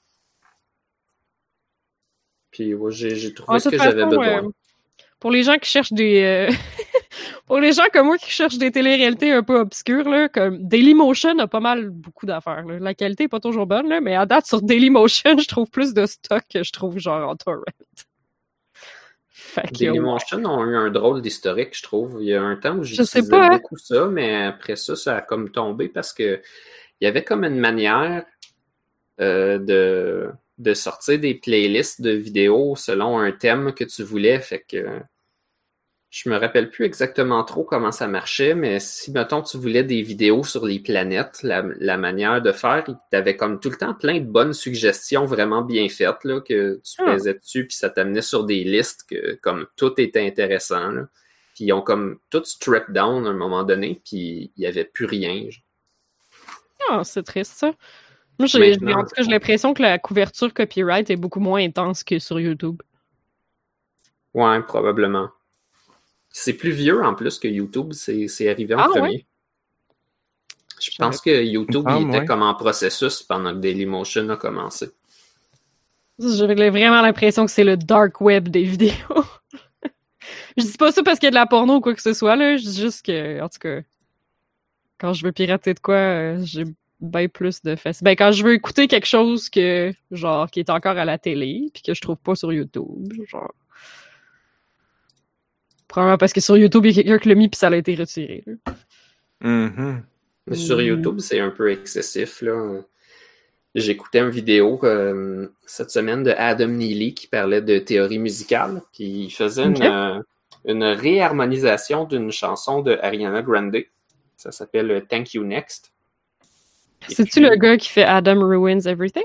Puis ouais, j'ai, j'ai trouvé En ce toute que j'avais façon, besoin. euh, pour les gens qui cherchent des... euh, pour les gens comme moi qui cherchent des téléréalités un peu obscures, là, comme Dailymotion a pas mal beaucoup d'affaires. Là. La qualité est pas toujours bonne, là, mais à date, sur Dailymotion, je trouve plus de stock que je trouve genre en torrent. Fait que, ouais. Dailymotion ont eu un drôle d'historique, je trouve. Il y a un temps où Je sais j'utilisais pas, hein. beaucoup ça, mais après ça, ça a comme tombé parce que il y avait comme une manière euh, de, de sortir des playlists de vidéos selon un thème que tu voulais. Fait que je me rappelle plus exactement trop comment ça marchait, mais si, mettons, tu voulais des vidéos sur les planètes, la, la manière de faire, tu avais comme tout le temps plein de bonnes suggestions vraiment bien faites, là, que tu Ah. pesais dessus, puis ça t'amenait sur des listes que, comme, tout était intéressant, là. Puis ils ont comme tout strip down à un moment donné, puis il y avait plus rien. Ah, c'est triste, ça. Moi, j'ai, j'ai- en tout cas, j'ai l'impression que la couverture copyright est beaucoup moins intense que sur YouTube. Ouais, probablement. C'est plus vieux en plus que YouTube, c'est, c'est arrivé en Ah, premier. ouais? Je pense que YouTube Ah, il était ouais. comme en processus pendant que Dailymotion a commencé. J'avais vraiment l'impression que c'est le dark web des vidéos. Je dis pas ça parce qu'il y a de la porno ou quoi que ce soit, là. Je dis juste que, en tout cas, quand je veux pirater de quoi, euh, j'ai bien plus de facilité. Ben, quand je veux écouter quelque chose que, genre, qui est encore à la télé, puis que je trouve pas sur YouTube, genre. Probablement parce que sur YouTube, il y a quelqu'un qui l'a mis puis ça a été retiré, là. Mhm. Mais sur Mm. YouTube, c'est un peu excessif, là. J'écoutais une vidéo euh, cette semaine de Adam Neely qui parlait de théorie musicale, puis il faisait Ok. une, euh, une réharmonisation d'une chanson de Ariana Grande. Ça s'appelle Thank You Next. Et C'est-tu puis- le gars qui fait Adam Ruins Everything?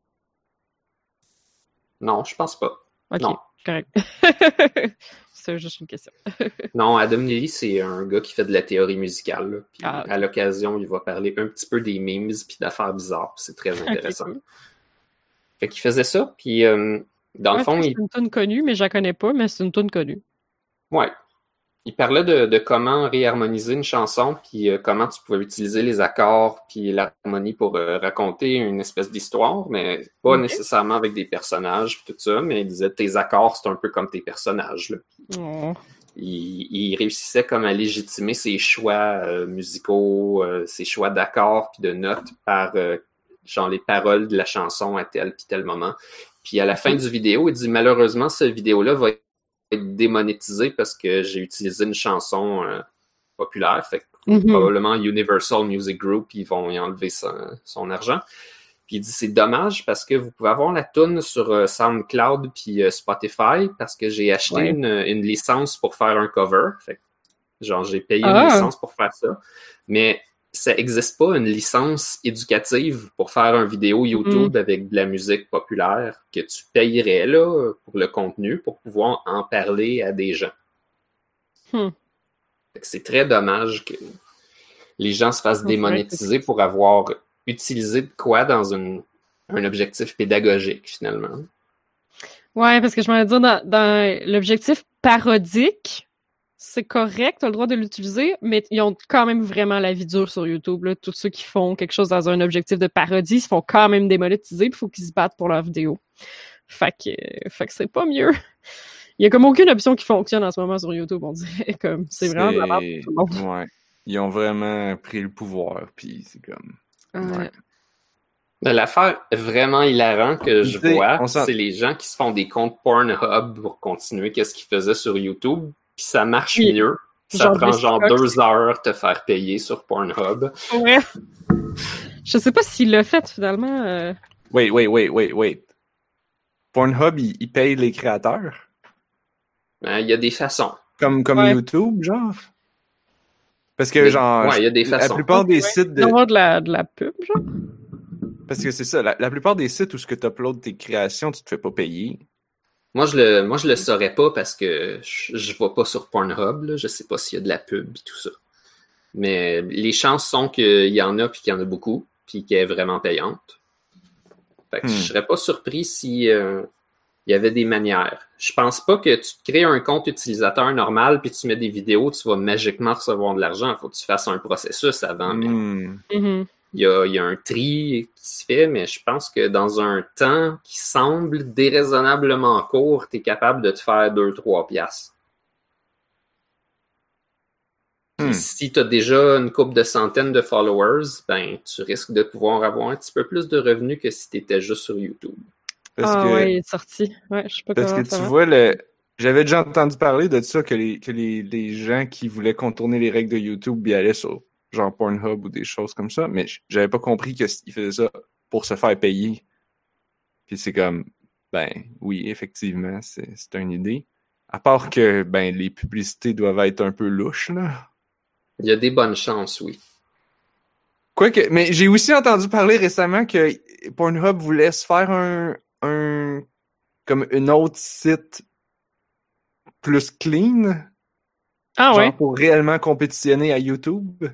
Non, je pense pas. Ok, Non. correct. C'est juste une question. Non, Adam Neely, c'est un gars qui fait de la théorie musicale. Là. Puis Ah, ok. à l'occasion, il va parler un petit peu des memes puis d'affaires bizarres. Puis c'est très intéressant. Ok. Fait qu'il faisait ça, puis euh, dans le Ouais, fond, c'est il, une tune connue, mais je la connais pas, mais c'est une tune connue. ouais, il parlait de, de comment réharmoniser une chanson, puis euh, comment tu pouvais utiliser les accords puis l'harmonie pour euh, raconter une espèce d'histoire, mais pas Ok. nécessairement avec des personnages puis tout ça, mais il disait tes accords, c'est un peu comme tes personnages. Là. Oh. Il, il réussissait comme à légitimer ses choix euh, musicaux, euh, ses choix d'accords puis de notes par euh, genre les paroles de la chanson à tel puis tel moment. Puis à la fin du vidéo, il dit malheureusement cette vidéo-là va être démonétisé parce que j'ai utilisé une chanson euh, populaire. Fait que Mhm. probablement Universal Music Group, ils vont y enlever son, son argent. Puis il dit c'est dommage parce que vous pouvez avoir la tune sur euh, SoundCloud puis euh, Spotify parce que j'ai acheté Ouais. une, une licence pour faire un cover. Fait que, genre j'ai payé Ah. une licence pour faire ça. Mais ça n'existe pas une licence éducative pour faire une vidéo YouTube avec de la musique populaire que tu payerais là pour le contenu pour pouvoir en parler à des gens. Hmm. Fait que c'est très dommage que les gens se fassent Ouais, démonétiser pour avoir utilisé de quoi dans une, un objectif pédagogique finalement. Ouais, parce que je m'en dire, dans, dans l'objectif parodique, c'est correct, t'as le droit de l'utiliser, mais ils ont quand même vraiment la vie dure sur YouTube, là. Tous ceux qui font quelque chose dans un objectif de parodie se font quand même démonétiser, puis il faut qu'ils se battent pour leur vidéo. Fait que, euh, fait que c'est pas mieux. Il y a comme aucune option qui fonctionne en ce moment sur YouTube, on dirait. Comme, c'est vraiment de la merde pour tout le monde. Ouais. Ils ont vraiment pris le pouvoir, puis c'est comme... Ouais. Mais l'affaire vraiment hilarante que je T'sais, vois, on s'en- c'est les gens qui se font des comptes Pornhub pour continuer qu'est-ce qu'ils faisaient sur YouTube, puis ça marche Oui. mieux. Ça Genre prend des genre stocks. deux heures te faire payer sur Pornhub. Ouais. Je sais pas s'il l'a fait, finalement. euh. Wait, wait, wait, wait, wait. Pornhub, il, il paye les créateurs? Hein, Il y a des façons. Comme, comme Ouais. YouTube, genre? Parce que, Mais- genre, ouais, il y a des la façons. plupart des Ouais. sites de... D'avoir de la, de la pub, genre. Parce que c'est ça, la, la plupart des sites où ce que tu uploads tes créations, tu te fais pas payer. Moi, je le, moi, je le saurais pas parce que je, je vais pas sur Pornhub, là. Je sais pas s'il y a de la pub et tout ça. Mais les chances sont qu'il y en a puis qu'il y en a beaucoup puis qu'elle est vraiment payante. Fait que Hmm. je serais pas surpris si euh, il y avait des manières. Je pense pas que tu te crées un compte utilisateur normal puis tu mets des vidéos, tu vas magiquement recevoir de l'argent. Il faut que tu fasses un processus avant. Mais Hmm. Mhm. il y a, il y a un tri qui se fait, mais je pense que dans un temps qui semble déraisonnablement court, tu es capable de te faire deux trois piastres. Puis Hmm. si tu as déjà une couple de centaines de followers, ben tu risques de pouvoir avoir un petit peu plus de revenus que si tu étais juste sur YouTube. Parce Ah que, ouais, il est sorti. Ouais, je sais pas parce que comment tu ça va. vois, le, J'avais déjà entendu parler de ça, que les, que les, les gens qui voulaient contourner les règles de YouTube y allaient sur genre Pornhub ou des choses comme ça, mais j'avais pas compris qu'ils faisaient ça pour se faire payer. Puis c'est comme, ben oui, effectivement, c'est, c'est une idée. À part que, ben, les publicités doivent être un peu louches, là. Il y a des bonnes chances, oui. Quoique, mais j'ai aussi entendu parler récemment que Pornhub voulait se faire un, un, comme un autre site plus clean. Ah genre ouais? pour réellement compétitionner à YouTube.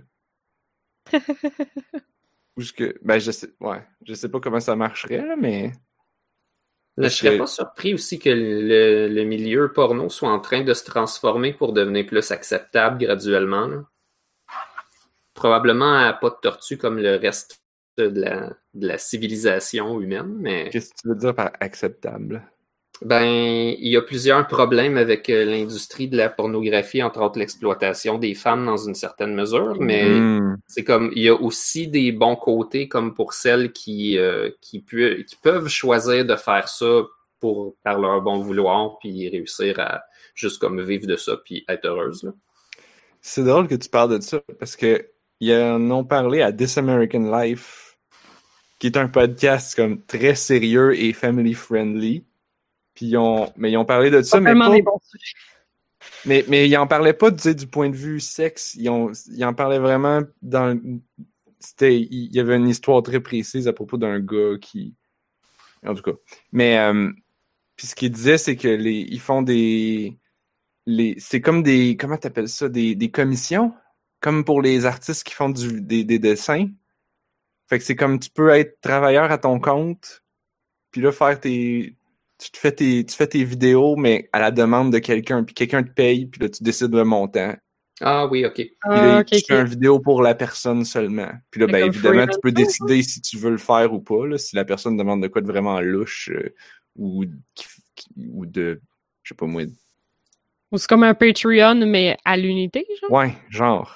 Ou ce que, ben, je sais, ouais, je sais pas comment ça marcherait, là, mais. Je serais pas surpris aussi que le, le milieu porno soit en train de se transformer pour devenir plus acceptable graduellement, là. Probablement à pas de tortue comme le reste de la, de la civilisation humaine, mais... Qu'est-ce que tu veux dire par acceptable? Ben, il y a plusieurs problèmes avec euh, l'industrie de la pornographie, entre autres l'exploitation des femmes dans une certaine mesure, mais mm. c'est comme, il y a aussi des bons côtés comme pour celles qui, euh, qui, pu- qui peuvent choisir de faire ça pour, par leur bon vouloir, puis réussir à juste comme vivre de ça, puis être heureuse, là. C'est drôle que tu parles de ça, parce que ils en ont parlé à This American Life, qui est un podcast comme très sérieux et family friendly. Puis ils ont, mais ils ont parlé de ça, mais pas, des bons sujets. mais mais ils en parlaient pas, tu sais, du point de vue sexe. Ils ont, ils en parlaient vraiment dans, c'était, il y avait une histoire très précise à propos d'un gars qui, en tout cas. Mais euh, puis ce qu'ils disaient, c'est que les, ils font des, les, c'est comme des, comment t'appelles ça, des, des commissions, comme pour les artistes qui font du, des, des dessins. Fait que c'est comme tu peux être travailleur à ton compte, puis là faire tes Tu te fais tes, tu fais tes vidéos, mais à la demande de quelqu'un, puis quelqu'un te paye, puis là, tu décides le montant. Ah oui, ok. Puis là, Ah, ok, tu ok. fais une vidéo pour la personne seulement. Puis là, C'est ben comme évidemment, tu peux freelancer, décider si tu veux le faire ou pas, là, si la personne demande de quoi de vraiment louche, euh, ou, qui- qui- ou de, je sais pas moi. Ou c'est comme un Patreon, mais à l'unité, genre? Ouais, genre.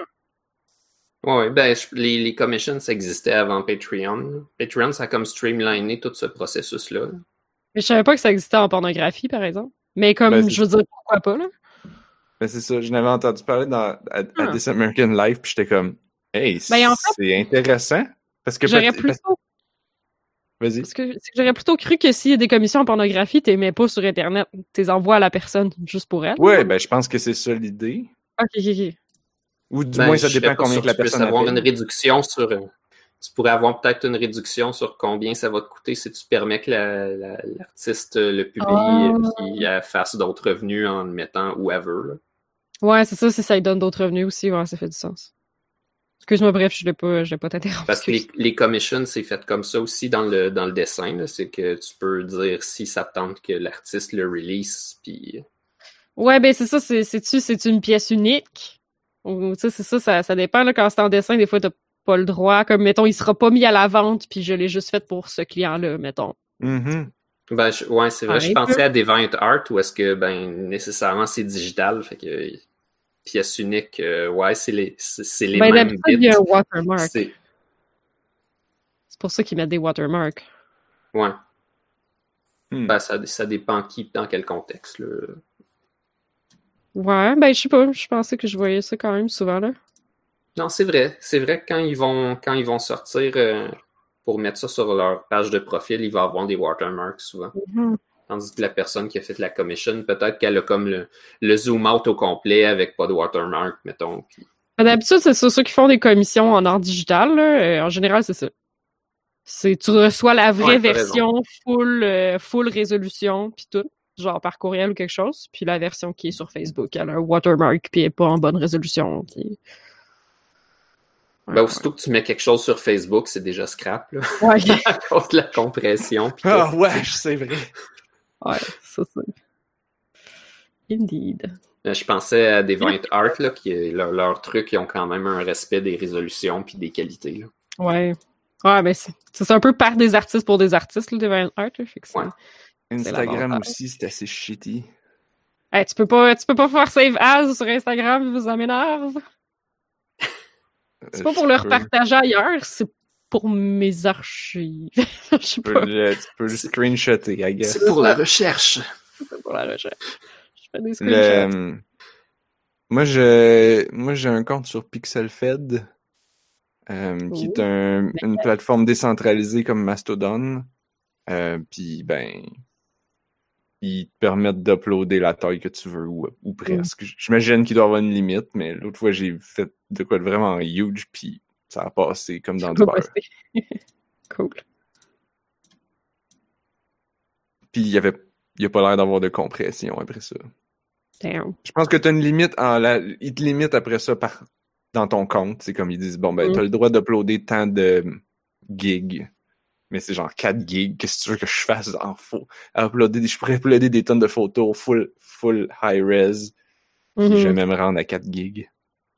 Ouais, ben, je- les, les commissions, ça existait avant Patreon. Patreon, ça a comme streamliné tout ce processus-là. Mais je savais pas que ça existait en pornographie, par exemple. Mais comme, Ben, c'est je veux dire, pourquoi pas, là? Ben c'est ça, je n'avais entendu parler dans, à, à Ah. This American Life, puis j'étais comme, hey, Ben, en fait, c'est intéressant. Parce que J'aurais peut- plutôt, Vas-y. parce que, c'est que j'aurais plutôt cru que s'il y a des commissions en pornographie, t'es mets pas sur Internet. T'es envoies à la personne, juste pour elle. Ouais, ben je pense que c'est ça l'idée. Ok, ok, ok. Ou du Ben, moins, ça je serais dépend pas combien sûr que la tu puisses personne avoir appelle. une réduction sur. euh, Tu pourrais avoir peut-être une réduction sur combien ça va te coûter si tu permets que la- la- l'artiste le publie Ah. et puis elle fasse d'autres revenus en le mettant whoever, là. Ouais, c'est ça, si ça lui donne d'autres revenus aussi, ouais, ça fait du sens. Excuse-moi, bref, je l'ai pas, je l'ai pas t'interrompu. Parce que les, les commissions, c'est fait comme ça aussi dans le, dans le dessin, là. C'est que tu peux dire si ça te tente que l'artiste le release, puis. Ouais, ben c'est ça, c'est, c'est-tu, c'est une pièce unique? Ou, tu sais, c'est ça, ça, ça dépend, là, quand c'est en dessin, des fois, t'as pas le droit, comme, mettons, il sera pas mis à la vente, puis je l'ai juste fait pour ce client-là, mettons. Mhm. Ben, je- ouais, c'est vrai, Ah, je un pensais peu. à Deviant Art où est-ce que, ben, nécessairement c'est digital, fait que pièce unique, euh, ouais, c'est les, c'est, c'est les Ben, mêmes d'habitude, il y bits. a un watermark. C'est, C'est pour ça qu'ils mettent des watermarks. ouais. Hmm. Ben, ça, ça dépend qui, dans quel contexte, là. Ouais, ben, je sais pas, je pensais que je voyais ça quand même souvent, là. Non, c'est vrai. C'est vrai que quand ils vont, quand ils vont sortir euh, pour mettre ça sur leur page de profil, il va avoir des watermarks souvent. Mhm. Tandis que la personne qui a fait la commission, peut-être qu'elle a comme le, le zoom out au complet avec pas de watermark, mettons. Puis... Ben, d'habitude, c'est ça, ceux qui font des commissions en art digital, là, euh, en général, c'est ça. C'est, tu reçois la vraie Ouais, t'as version full, euh, full résolution, puis tout, genre par courriel ou quelque chose, puis la version qui est sur Facebook, elle a un watermark, puis elle est pas en bonne résolution, puis... Ouais, Ben, aussitôt que tu mets quelque chose sur Facebook, c'est déjà scrap, là. ouais. À cause de la compression. Puis Ah tout. ouais, c'est vrai. Ouais, c'est ça. Indeed. Euh, Je pensais à des Deviant Art, là, qui, leur, leur truc, ils ont quand même un respect des résolutions puis des qualités, là. Ouais. Ouais, ben c'est, c'est un peu par des artistes pour des artistes, le Deviant Art, là, fait que c'est... Ouais. Instagram l'avantage. aussi, c'est assez shitty. Hey, tu peux pas, tu peux pas faire save as sur Instagram, ça m'énerve. C'est pas pour le repartager ailleurs, c'est pour mes archives. Je sais Tu peux, pas. le, tu peux le screenshotter, I guess. C'est pour la recherche. C'est pour la recherche. Je fais des screenshots. Le... Moi, je... Moi, j'ai un compte sur PixelFed, euh, qui est un... une plateforme décentralisée comme Mastodon. Euh, Puis, ben, ils te permettent d'uploader la taille que tu veux, ou, ou presque. Mm. J'imagine qu'il doit y avoir une limite, mais l'autre fois, j'ai fait de quoi de vraiment huge, puis ça a passé comme dans du beurre. Cool. Puis il y avait, il y a pas l'air d'avoir de compression après ça. Damn. Je pense que t'as une limite en la, ils te limitent après ça par, dans ton compte. C'est comme ils disent, bon ben, mm. t'as le droit d'uploader tant de gigs. Mais c'est genre quatre gigs. Qu'est-ce que tu veux que je fasse en faux? Uploader, je pourrais uploader des tonnes de photos full, full high res. Puis mm-hmm. jamais me rendre à quatre gigs.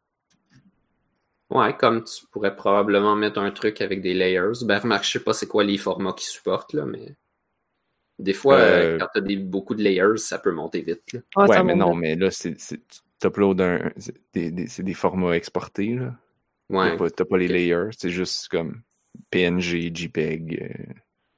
Ouais, comme tu pourrais probablement mettre un truc avec des layers. Ben, remarque, je sais pas c'est quoi les formats qu'ils supportent, là, mais des fois, euh... quand t'as des, beaucoup de layers, ça peut monter vite, là. Ah, ouais, mais non, vite. Mais là, c'est, c'est, tu uploads un, c'est des, des, c'est des formats exportés, là. Ouais. T'as pas, t'as pas les layers, c'est juste comme P N G, JPEG. Euh...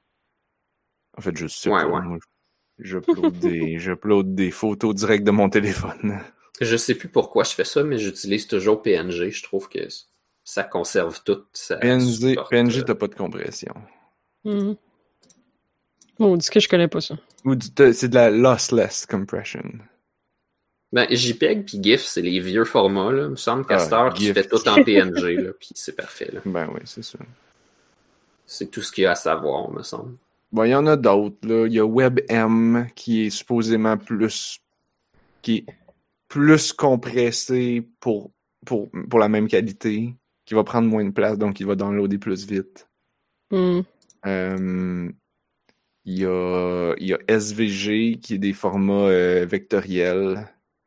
En fait, je sais ouais, pas. Ouais. Moi, j'upload des, j'upload des photos directes de mon téléphone. Je sais plus pourquoi je fais ça, mais j'utilise toujours P N G. Je trouve que ça conserve tout. Ça P N G, supporte, P N G, t'as pas de compression. Mm-hmm. Bon, on dit que je connais pas ça. Ou c'est de la lossless compression. Ben, JPEG puis GIF, c'est les vieux formats, là. Il me semble qu'à cette heure, tu fais tout en P N G, là, puis c'est parfait, là. Ben oui, c'est ça. C'est tout ce qu'il y a à savoir, me semble. Bon, il y en a d'autres, là. Il y a WebM, qui est supposément plus... qui est plus compressé pour, pour, pour la même qualité, qui va prendre moins de place, donc il va downloader plus vite. Mm. Euh, il y a, il y a S V G, qui est des formats euh, vectoriels.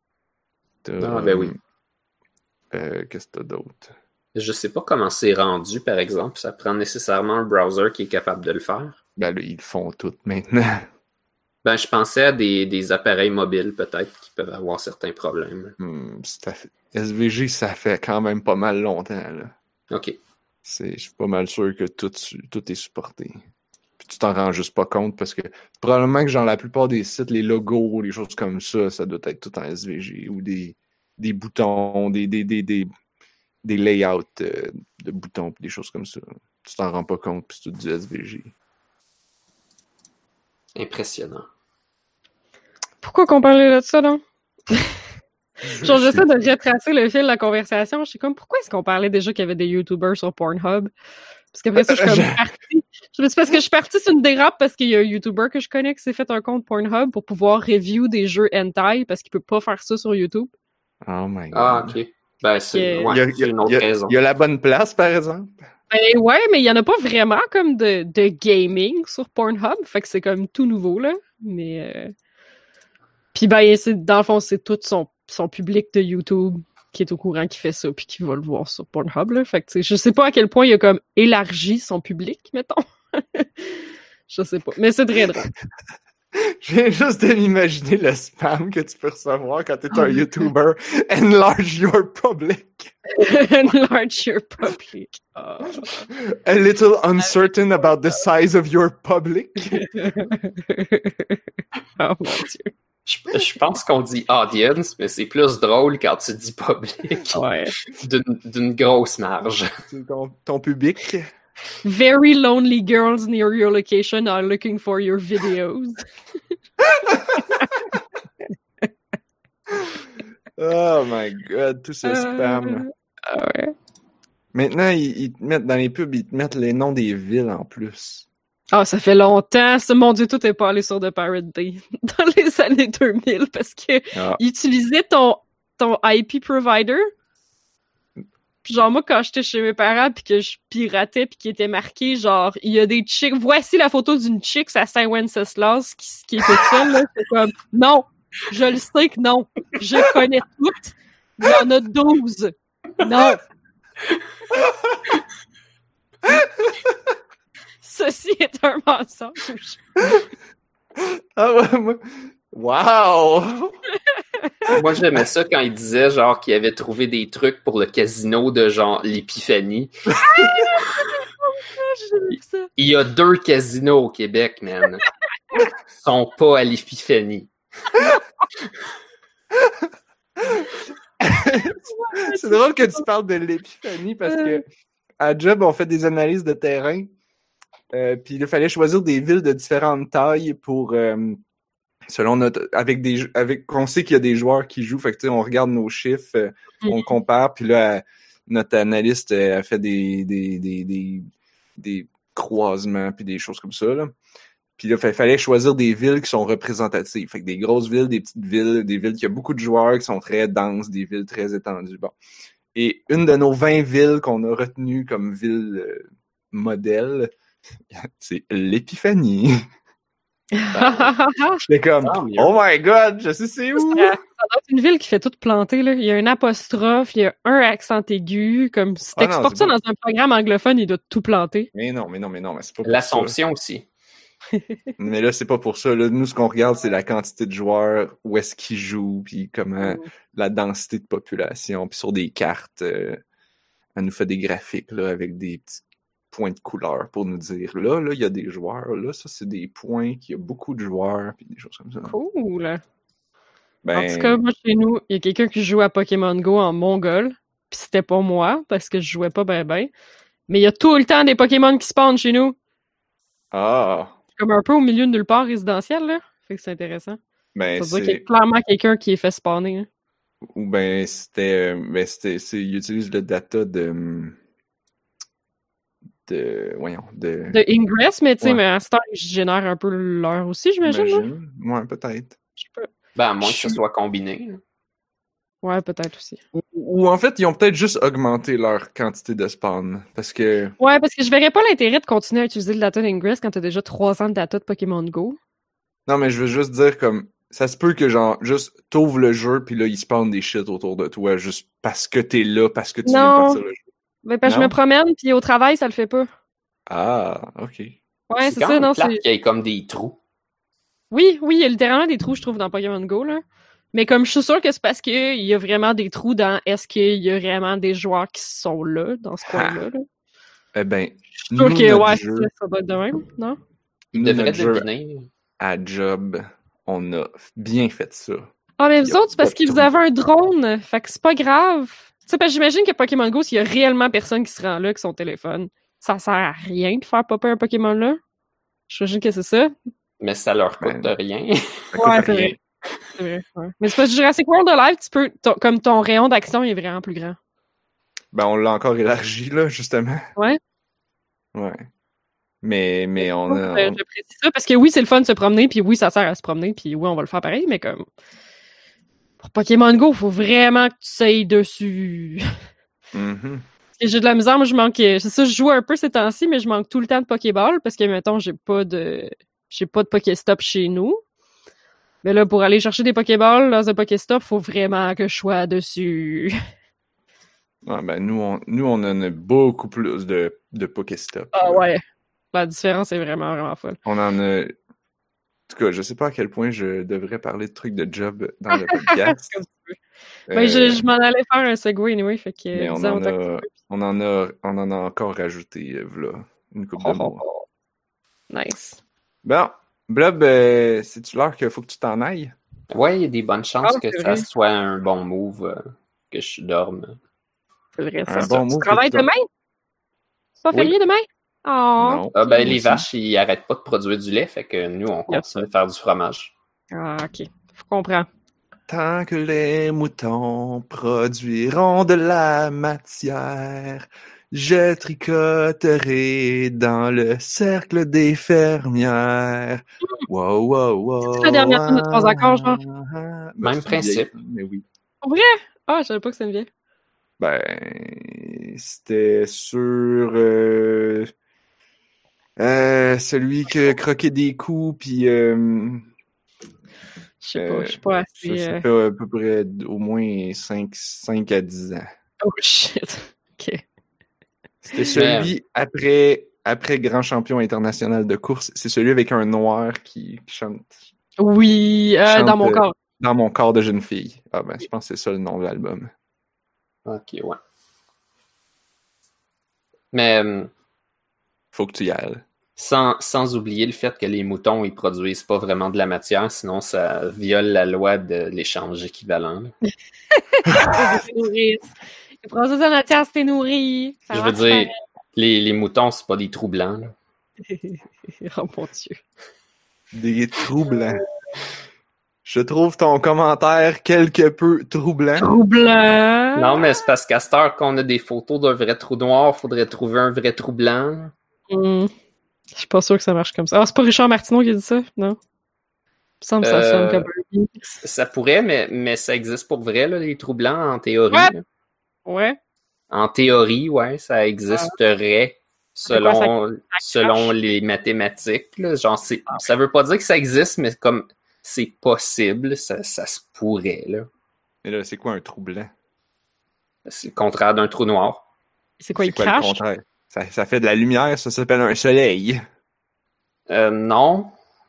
Ah, ben oui. Euh, qu'est-ce que t'as d'autre? Je sais pas comment c'est rendu, par exemple. Ça prend nécessairement un browser qui est capable de le faire. Ben là, ils le font tout maintenant. Ben, je pensais à des, des appareils mobiles, peut-être, qui peuvent avoir certains problèmes. Hmm, fait... S V G, ça fait quand même pas mal longtemps, là. OK. C'est... Je suis pas mal sûr que tout, tout est supporté. Puis tu t'en rends juste pas compte, parce que probablement que genre la plupart des sites, les logos, les choses comme ça, ça doit être tout en S V G, ou des, des boutons, des, des, des, des, des layouts euh, de boutons, des choses comme ça. Tu t'en rends pas compte, puis c'est tout du S V G. Impressionnant. Pourquoi qu'on parlait de ça, non? Genre, j'essaie de retracer le fil de la conversation. Je suis comme, pourquoi est-ce qu'on parlait déjà qu'il y avait des YouTubers sur Pornhub? Parce qu'après ça, je suis comme partie. C'est parce que je suis partie sur une dérape parce qu'il y a un YouTuber que je connais qui s'est fait un compte Pornhub pour pouvoir review des jeux hentai parce qu'il peut pas faire ça sur YouTube. Oh my god. Ah, ok. Ben, c'est, que... ouais, il y a, c'est une autre il y a, raison. Il y a la bonne place, par exemple? Ben ouais, mais il y en a pas vraiment comme de, de gaming sur Pornhub. Fait que c'est comme tout nouveau, là. Mais... Euh... Puis ben, c'est, dans le fond, c'est tout son, son public de YouTube qui est au courant qui fait ça puis qui va le voir sur Pornhub, là. Fait que, tu sais, je sais pas à quel point il a comme élargi son public, mettons. Je sais pas. Mais c'est très drôle. Je viens juste de m'imaginer le spam que tu peux recevoir quand t'es un YouTuber. Enlarge your public. Enlarge your public. Oh. A little uncertain about the size of your public. Oh mon Dieu. Je, je pense qu'on dit audience, mais c'est plus drôle quand tu dis public. Ouais. D'une, d'une grosse marge. Ton, ton public. Very lonely girls near your location are looking for your videos. Oh my god, tout ce uh, spam. Ah ouais. Maintenant, ils, ils te mettent dans les pubs, ils te mettent les noms des villes en plus. Ah, oh, ça fait longtemps. Ça, mon Dieu, tout est pas allé sur The Pirate Bay dans les années deux mille parce que ah. ils utilisaient ton, ton I P provider. Puis genre, moi, quand j'étais chez mes parents pis que je piratais pis qu'il était marqué, genre, il y a des chicks, voici la photo d'une chick à Saint-Wenceslas qui, qui est toute seule, là. C'est comme, non, je le sais que non. Je connais toutes. Il y en a douze. Non. Ceci est un mensonge. Ah ouais, moi... Wow! Moi, j'aimais ça quand il disait, genre, qu'il avait trouvé des trucs pour le casino de, genre, l'Épiphanie. Il y a deux casinos au Québec, man. Ils sont pas à l'Épiphanie. C'est drôle que tu parles de l'épiphanie parce que à Job, on fait des analyses de terrain. Euh, puis il fallait choisir des villes de différentes tailles pour euh, selon notre avec des avec on sait qu'il y a des joueurs qui jouent, fait que tu sais, on regarde nos chiffres, euh, mm-hmm. on compare, puis là elle, notre analyste elle, a fait des des des des des croisements puis des choses comme ça là. Puis là il fallait choisir des villes qui sont représentatives, fait que des grosses villes, des petites villes, des villes qui ont beaucoup de joueurs qui sont très denses, des villes très étendues. Bon. Et une de nos vingt villes qu'on a retenues comme ville euh, modèle, c'est l'Épiphanie. J'étais comme, oh, oh my god, je sais c'est où! Ça doit être une ville qui fait tout planter, là. Il y a un apostrophe, il y a un accent aigu, comme si t'exportes ah ça pas... dans un programme anglophone, il doit tout planter. Mais non, mais non, mais non, mais c'est pas pour L'Assomption ça. aussi. Mais là, c'est pas pour ça. Là, nous, ce qu'on regarde, c'est la quantité de joueurs, où est-ce qu'ils jouent, puis comment mm. la densité de population, puis sur des cartes, euh, elle nous fait des graphiques là, avec des petits points de couleur pour nous dire là, là, il y a des joueurs, là, ça c'est des points, qu'il y a beaucoup de joueurs, puis des choses comme ça. Cool! Ben... En tout cas, moi, chez nous, il y a quelqu'un qui joue à Pokémon Go en mongol, puis c'était pas moi, parce que je jouais pas ben ben, mais il y a tout le temps des Pokémon qui spawnent chez nous. Ah! Comme un peu au milieu de nulle part résidentiel, là. Fait que c'est intéressant. Ben, ça veut dire qu'il y a clairement quelqu'un qui est fait spawner. Hein. Ou ben, c'était... Ben, c'était... C'est... Ils utilisent le data de... de... Voyons, de... De Ingress, mais tu sais, ouais. mais à ce temps, ils génèrent un peu l'heure aussi, j'imagine. J'imagine. Ouais, peut-être. Je sais pas. Ben, à moins que ce soit combiné. Là. Ouais, peut-être aussi. Ou, ou en fait, ils ont peut-être juste augmenté leur quantité de spawn, parce que... Ouais, parce que je verrais pas l'intérêt de continuer à utiliser le data d'Ingress quand t'as déjà trois ans de data de Pokémon Go. Non, mais je veux juste dire, comme, ça se peut que, genre, juste, t'ouvres le jeu, puis là, il spawn des shit autour de toi, juste parce que t'es là, parce que tu non. viens de partir le jeu. Ben, parce que je me promène, puis au travail, ça le fait pas. Ah, ok. Ouais, c'est, c'est ça, non, c'est... qu'il y ait comme des trous. Oui, oui, il y a littéralement des trous, je trouve, dans Pokémon Go, là. Mais comme je suis sûre que c'est parce qu'il y a vraiment des trous dans est-ce qu'il y a vraiment des joueurs qui sont là, dans ce coin-là. Là. Eh ben, je suis sûre que ouais, jeu, ça doit être de même, non? Il devrait deviner. À Job, on a bien fait ça. Ah, mais vous autres, c'est parce que vous avez un drone, fait que c'est pas grave. Tu sais, parce que j'imagine que Pokémon Go, s'il y a réellement personne qui se rend là avec son téléphone, ça sert à rien de faire popper un Pokémon là. J'imagine que c'est ça. Mais ça leur coûte ben, rien. Ça coûte ouais, rien. C'est vrai. C'est vrai, ouais. Mais c'est parce que Jurassic World de Live, tu peux, ton, comme ton rayon d'action est vraiment plus grand. Ben, on l'a encore élargi, là, justement. Ouais. Ouais. Mais, mais on a... On... J'apprécie ça, parce que oui, c'est le fun de se promener, puis oui, ça sert à se promener, puis oui, on va le faire pareil, mais comme... Pour Pokémon Go, il faut vraiment que tu sailles dessus. Mm-hmm. J'ai de la misère, moi, je manque... C'est ça, je joue un peu ces temps-ci, mais je manque tout le temps de Pokéball, parce que, mettons, j'ai pas de... J'ai pas de Pokéstop chez nous. Mais là, pour aller chercher des Pokéballs dans un Pokéstop, faut vraiment que je sois dessus. Ah ben, nous, on, nous, on en a beaucoup plus de, de Pokéstop. Ah là. ouais. La différence est vraiment, vraiment folle. On en a... En tout cas, je sais pas à quel point je devrais parler de trucs de job dans le podcast. Comme tu veux. Euh... Ben, je, je m'en allais faire un segway anyway, fait que... Mais on en, a, on, en a, on en a encore rajouté, voilà, une couple oh, de mots. Oh, oh. Nice. Bon. Blob, euh, c'est-tu l'heure qu'il faut que tu t'en ailles? Ouais, il y a des bonnes chances ah, que vrai. ça soit un bon move, euh, que je dorme. C'est vrai, ça. Un bon tu move travailles demain? C'est pas férié oui. demain? Oh, non. Ah, ben, les vaches, ils arrêtent pas de produire du lait, fait que nous, on continue de faire du fromage. Ah, ok. Je comprends. Tant que les moutons produiront de la matière, je tricoterai dans le cercle des fermières. Wow, wow, wow. C'est la dernière fois de trois accords, genre. Ben, Même principe. Vieille, mais oui. En vrai? Ah, je savais pas que c'était une vieille. Ben, c'était sur euh, euh, celui qui croquait des coups, puis... Euh, je sais pas, je sais pas assez... Ça, ça fait à peu près au moins cinq à dix ans. Oh, shit. OK. C'était celui après, après grand champion international de course. C'est celui avec un noir qui, qui chante. Oui, euh, chante, dans mon corps. Dans mon corps de jeune fille. Ah ben, je pense que c'est ça le nom de l'album. Ok, ouais. Mais... Faut que tu y ailles. Sans, sans oublier le fait que les moutons, ils produisent pas vraiment de la matière, sinon ça viole la loi de l'échange équivalent. Ils nourrissent. Ils produisent de la matière, c'est nourri. Ça Je veux marche dire, pareil. les, les moutons, c'est pas des trous blancs. Là. Oh mon Dieu. Des troublants. Je trouve ton commentaire quelque peu troublant. Troublant. Non, mais c'est parce qu'à cette heure qu'on a des photos d'un vrai trou noir, faudrait trouver un vrai trou blanc. Hmm. Je suis pas sûr que ça marche comme ça. Ah, c'est pas Richard Martineau qui a dit ça, non? Il me semble que ça Euh, sonne comme un geek. Ça pourrait, mais, mais ça existe pour vrai, là, les trous blancs, en théorie. What? là. Ouais. En théorie, ouais, ça existerait C'est quoi, selon, ça selon crache? les mathématiques. Là. Genre, c'est, ça veut pas dire que ça existe, mais comme c'est possible, ça, ça se pourrait. Là. Mais là, c'est quoi un troublant? C'est le contraire d'un trou noir. C'est quoi, C'est il quoi le crache? contraire? Ça, ça fait de la lumière, ça s'appelle un soleil. Euh, non.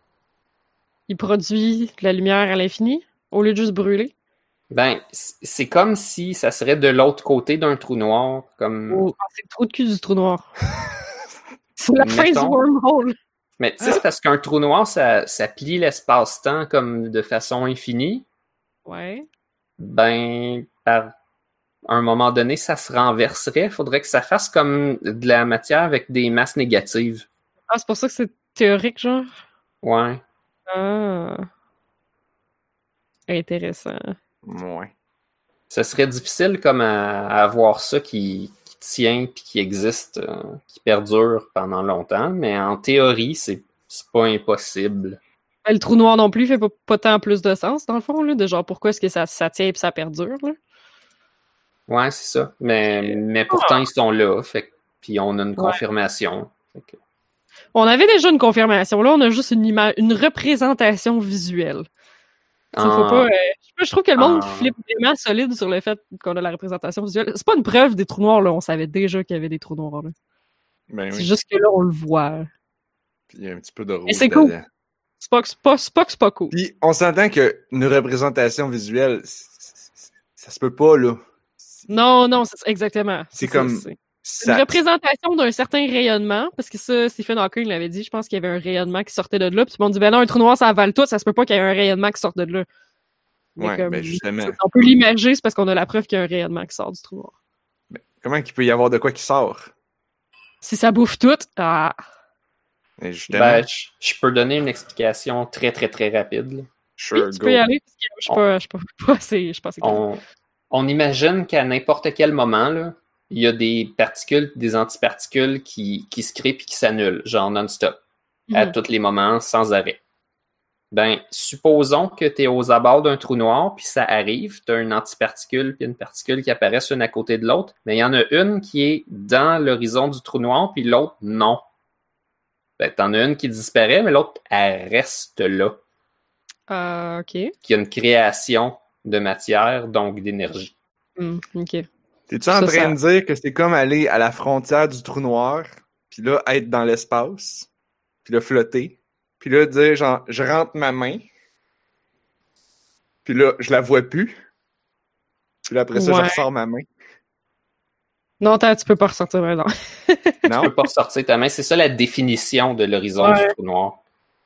Il produit de la lumière à l'infini, au lieu de juste brûler? Ben, c- c'est comme si ça serait de l'autre côté d'un trou noir. Comme... Ou ah, c'est le trou de cul du trou noir. C'est la fin du Mettons. wormhole. Mais tu sais, c'est parce qu'un trou noir, ça, ça plie l'espace-temps comme de façon infinie. Ouais. Ben, par un moment donné, ça se renverserait. Faudrait que ça fasse comme de la matière avec des masses négatives. Ah, c'est pour ça que c'est théorique, genre? Ouais. Ah. Intéressant. Ouais. Ça serait difficile comme à, à avoir ça qui, qui tient puis qui existe, euh, qui perdure pendant longtemps, mais en théorie, c'est c'est pas impossible. Ben, le trou noir non plus fait pas, pas tant plus de sens, dans le fond, là, de genre pourquoi est-ce que ça, ça tient et ça perdure, là. Ouais, c'est ça. Mais, mais pourtant, ils sont là. Fait que- puis on a une confirmation. Fait que- On avait déjà une confirmation, là, on a juste une image, une représentation visuelle. Ça, faut En- pas, euh, je, je trouve que le monde en- flippe vraiment solide sur le fait qu'on a la représentation visuelle. C'est pas une preuve des trous noirs, là, on savait déjà qu'il y avait des trous noirs, là. Ben C'est oui. juste que là, on le voit. Puis il y a un petit peu de rouge Et c'est cool. dedans. C'est pas que c'est pas, c'est pas, que c'est pas cool. Puis on s'entend qu'une représentation visuelle, c- c- c- ça se peut pas, là. Non, non, c'est exactement. C'est ça, comme- c'est- Ça- Une représentation d'un certain rayonnement, parce que ça, Stephen Hawking l'avait dit, je pense qu'il y avait un rayonnement qui sortait de là, puis tout le monde dit, ben non, un trou noir, ça avale tout, ça se peut pas qu'il y ait un rayonnement qui sorte de là. Mais Ouais, comme, ben justement. on peut l'imager, c'est parce qu'on a la preuve qu'il y a un rayonnement qui sort du trou noir. Ben, comment qu'il peut y avoir de quoi qui sort? Si ça bouffe tout, ah, Ben, justement, Ben, je, je peux donner une explication très, très, très rapide. là. sure, oui, tu go. peux y aller, parce que je suis pas, je suis pas, pas assez, je suis pas assez calme. On, on imagine qu'à n'importe quel moment, là, il y a des particules, des antiparticules qui, qui se créent et qui s'annulent, genre non-stop, à Mhm. tous les moments, sans arrêt. Ben, supposons que tu es aux abords d'un trou noir, puis ça arrive, tu as une antiparticule puis une particule qui apparaissent une à côté de l'autre, mais il y en a une qui est dans l'horizon du trou noir, puis l'autre, non. Ben, t'en as une qui disparaît, mais l'autre, elle reste là. Ah, ok. Qui a une création de matière, donc d'énergie. Hmm, ok. T'es-tu en Ça, train ça- de dire que c'est comme aller à la frontière du trou noir, puis là, être dans l'espace, puis là, flotter, puis là, dire genre, je rentre ma main, puis là, je la vois plus, puis là, après ça, Ouais. je ressors ma main. Non, attends, tu peux pas ressortir maintenant. Tu Non? peux pas ressortir ta main. C'est ça la définition de l'horizon Ouais. du trou noir.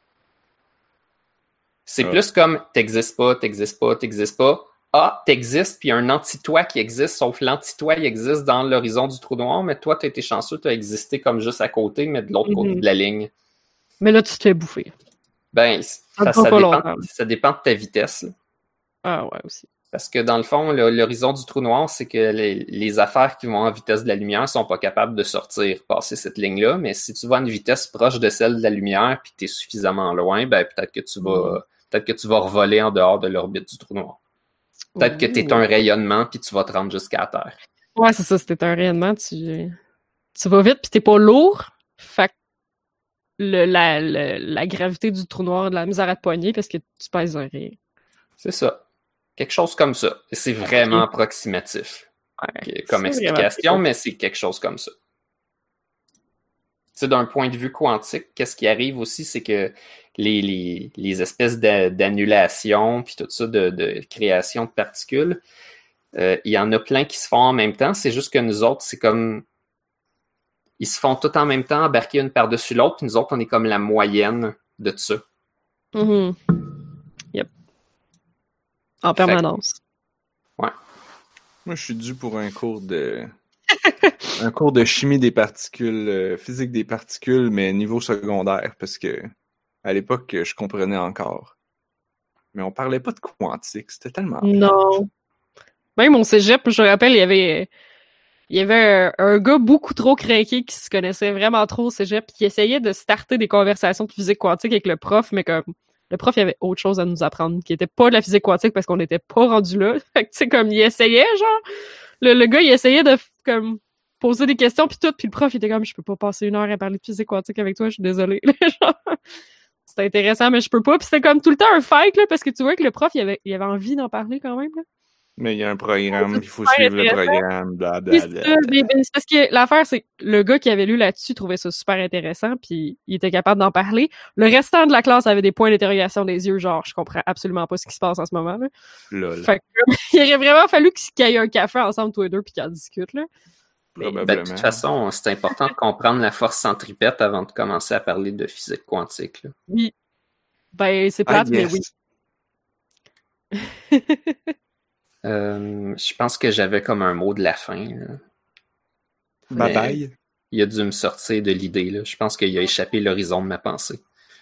C'est Ah. plus comme t'existes pas, t'existes pas, t'existes pas. Ah, t'existes, puis il y a un anti-toi qui existe, sauf l'anti-toi, il existe dans l'horizon du trou noir, mais toi, t'as été chanceux, t'as existé comme juste à côté, mais de l'autre côté Mhm. de la ligne. Mais là, tu te fais bouffer. Ben, Ça ça, dure ça pas dépend, longtemps. ça dépend de ta vitesse. là. Ah ouais, aussi. Parce que dans le fond, le- l'horizon du trou noir, c'est que les, les affaires qui vont en vitesse de la lumière sont pas capables de sortir, passer cette ligne-là, mais si tu vas à une vitesse proche de celle de la lumière, puis t'es suffisamment loin, ben peut-être que tu vas, peut-être que tu vas revoler en dehors de l'orbite du trou noir. Peut-être que t'es un rayonnement, puis tu vas te rendre jusqu'à la Terre. Ouais, c'est ça, c'était un rayonnement, tu, tu vas vite, puis t'es pas lourd, fait que le, la, le- la gravité du trou noir a de la misère à te poigner parce que tu pèses un rien. C'est ça. Quelque chose comme ça. Et c'est vraiment approximatif Ouais, comme c'est explication, vraiment- mais c'est quelque chose comme ça. Tu sais, d'un point de vue quantique, qu'est-ce qui arrive aussi, c'est que les, les, les espèces d'a- d'annulation, puis tout ça, de, de création de particules, euh, il y en a plein qui se font en même temps. C'est juste que nous autres, c'est comme ils se font tout en même temps embarquer une par-dessus l'autre, puis nous autres, on est comme la moyenne de tout ça. Mm-hmm. Yep. En permanence. Que, ouais. Moi, je suis dû pour un cours de... un cours de chimie des particules, euh, physique des particules, mais niveau secondaire, parce que à l'époque, je comprenais encore. Mais on parlait pas de quantique, c'était tellement... Non. Même au cégep, je me rappelle, il y avait... Il y avait un, un gars beaucoup trop craqué qui se connaissait vraiment trop au cégep qui essayait de starter des conversations de physique quantique avec le prof, mais comme le prof, il avait autre chose à nous apprendre, qui était pas de la physique quantique parce qu'on n'était pas rendu là. Fait que tu sais, comme il essayait, genre, le, le gars, il essayait de comme poser des questions puis tout, puis le prof, il était comme, je peux pas passer une heure à parler de physique quantique avec toi, je suis désolé. Genre, c'était intéressant, mais je peux pas. Puis c'était comme tout le temps un fight, là, parce que tu vois que le prof, il avait, il avait envie d'en parler quand même, là. Mais il y a un programme, il faut suivre le programme, blablabla. C'est, mais, mais c'est parce que l'affaire, c'est que le gars qui avait lu là-dessus trouvait ça super intéressant, puis il était capable d'en parler. Le restant de la classe avait des points d'interrogation des yeux, genre, je comprends absolument pas ce qui se passe en ce moment, là. Lol. Fait que, il aurait vraiment fallu qu'ils aillent un café ensemble, tous les deux, puis qu'ils en discutent, là. Probablement. Ben, de toute façon, c'est important de comprendre la force centripète avant de commencer à parler de physique quantique, là. Oui. Ben, c'est plate, ah, yes. mais oui. Euh, je pense que j'avais comme un mot de la fin. Là. Bye bye. Il a dû me sortir de l'idée. Là. Je pense qu'il a échappé l'horizon de ma pensée.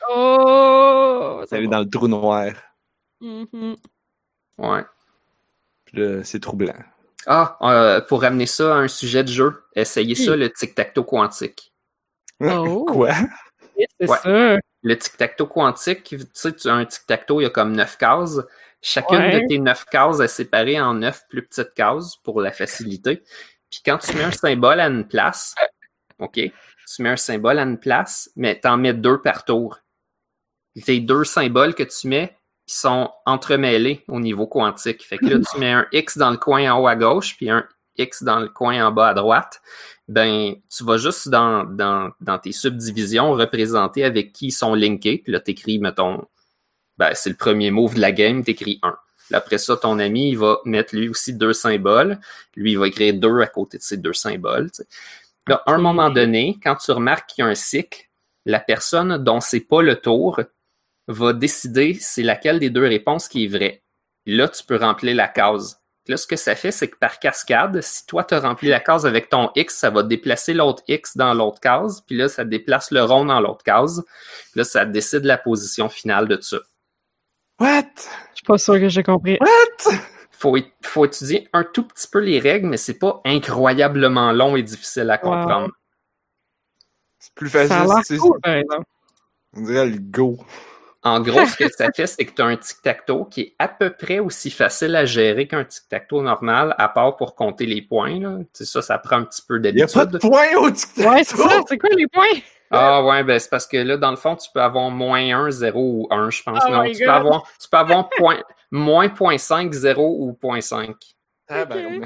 Oh! Ça est dans le trou noir. Mm-hmm. Ouais. Puis là, c'est troublant. Ah, euh, pour ramener ça à un sujet de jeu, essayez oui. ça, le tic-tac-toe quantique. Oh. Quoi? Oui, c'est ouais. ça. Le tic-tac-toe quantique, tu sais, tu as un tic-tac-toe, il y a comme neuf cases. Chacune ouais. de tes neuf cases est séparée en neuf plus petites cases pour la facilité. Puis quand tu mets un symbole à une place, OK, tu mets un symbole à une place, mais t'en mets deux par tour. Tes deux symboles que tu mets, ils sont entremêlés au niveau quantique. Fait que là, tu mets un X dans le coin en haut à gauche, puis un X dans le coin en bas à droite. Ben, tu vas juste dans, dans, dans tes subdivisions représenter avec qui ils sont linkés. Puis là, t'écris, mettons, ben, c'est le premier move de la game, t'écris un. Puis après ça, ton ami, il va mettre lui aussi deux symboles. Lui, il va écrire deux à côté de ces deux symboles. T'sais. Là, à un moment donné, quand tu remarques qu'il y a un cycle, la personne dont c'est pas le tour va décider c'est laquelle des deux réponses qui est vraie. Là, tu peux remplir la case. Là, ce que ça fait, c'est que par cascade, si toi, tu as rempli la case avec ton X, ça va déplacer l'autre X dans l'autre case, puis là, ça déplace le rond dans l'autre case. Puis là, ça décide la position finale de ça. What? Je suis pas sûr que j'ai compris. What? Faut, faut étudier un tout petit peu les règles, mais c'est pas incroyablement long et difficile à comprendre. Wow. C'est plus facile. Ça a l'air c'est, cool, par exemple. On dirait le go. En gros, ce que ça fait, c'est que tu as un tic-tac-toe qui est à peu près aussi facile à gérer qu'un tic-tac-toe normal, à part pour compter les points. Là. Tu sais, ça, ça prend un petit peu Il n'y a d'habitude. pas de points au tic-tac-toe! Ouais, c'est ça. C'est quoi les points? Ah ouais, ben c'est parce que là, dans le fond, tu peux avoir moins un, zéro ou un, je pense. Oh non, my tu peux God. avoir, tu peux avoir point, moins zéro virgule cinq, zéro ou zéro virgule cinq. Ah ben,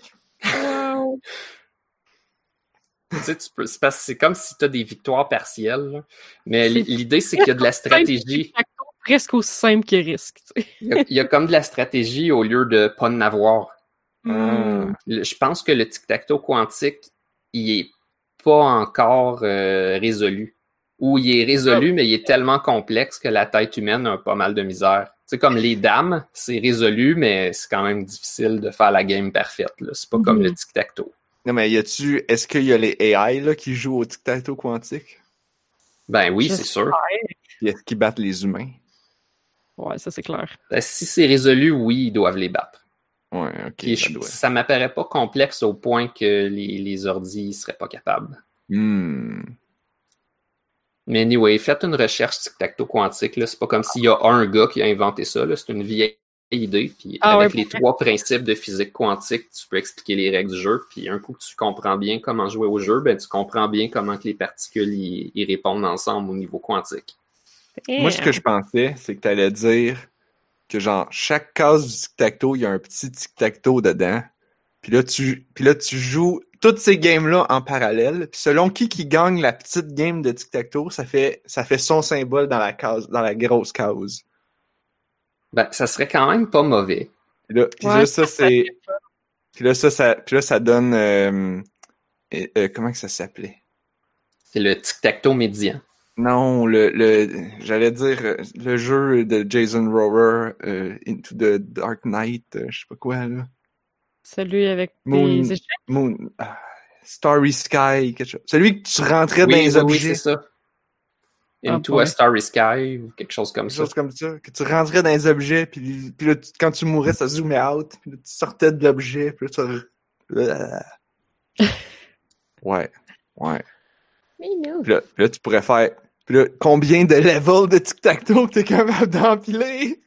Wow. Tu sais, tu peux, c'est, parce que c'est comme si tu as des victoires partielles. Là. Mais C'est l'idée, c'est qu'il y a de la stratégie. Presque aussi simple que risque. Tu sais. Il y, a, il y a comme de la stratégie au lieu de pas en avoir. Mm. Le- Je pense que le tic-tac-toe quantique, il est pas encore euh, résolu. Ou il est résolu, Oh. mais il est tellement complexe que la tête humaine a pas mal de misère. Tu sais, comme les dames, c'est résolu, mais c'est quand même difficile de faire la game parfaite. Là. C'est pas Mm-hmm. comme le tic-tac-toe. non, mais y a-tu... Est-ce qu'il y a les A I là, qui jouent au tic-tac-toe quantique? Ben oui, Je c'est sûr. Puis est-ce qu'ils battent les humains? Ouais, ça c'est clair. Ben, si c'est résolu, oui, ils doivent les battre. Ouais, ok. Puis ça je- doit. ça m'apparaît pas complexe au point que les, les ordis seraient pas capables. Hmm. Mais anyway, faites une recherche tic-tac-toe quantique. Là. C'est pas comme s'il y a un gars qui a inventé ça. Là. C'est une vieille idée. Puis Ah avec ouais, les trois principes de physique quantique, tu peux expliquer les règles du jeu. Puis un coup que tu comprends bien comment jouer au jeu, ben tu comprends bien comment que les particules y, y répondent ensemble au niveau quantique. Moi, ce que je pensais, c'est que t'allais dire que, genre, chaque case du tic-tac-toe, il y a un petit tic-tac-toe dedans. Puis là, tu, puis là, tu joues toutes ces games-là en parallèle. Puis selon qui qui gagne la petite game de tic-tac-toe, ça fait, ça fait son symbole dans la case, dans la grosse case. Ben, ça serait quand même pas mauvais. Puis là, puis Ouais, là, ça, c'est... Puis là, ça, ça, puis là, ça donne... euh, euh, euh, comment que ça s'appelait? C'est le tic-tac-toe médian. Non, le, le j'allais dire euh, le jeu de Jason Rohrer, euh, Into the Dark Knight, euh, je sais pas quoi, là. Celui avec Moon, des échecs. Moon, ah, Starry Sky, quelque chose. Celui que tu rentrais Oui, dans les oui, objets. oui, c'est ça. Ah, Into boy. a Starry Sky ou quelque chose comme Quelque ça. chose comme ça. Que tu rentrais dans les objets, puis, puis là, tu- quand tu mourais, ça zoomait out, puis là, tu sortais de l'objet, puis là, tu... Ouais, ouais. Mais non. Puis là, puis là, tu pourrais faire... Puis là, combien de levels de tic-tac-toe que t'es capable d'empiler?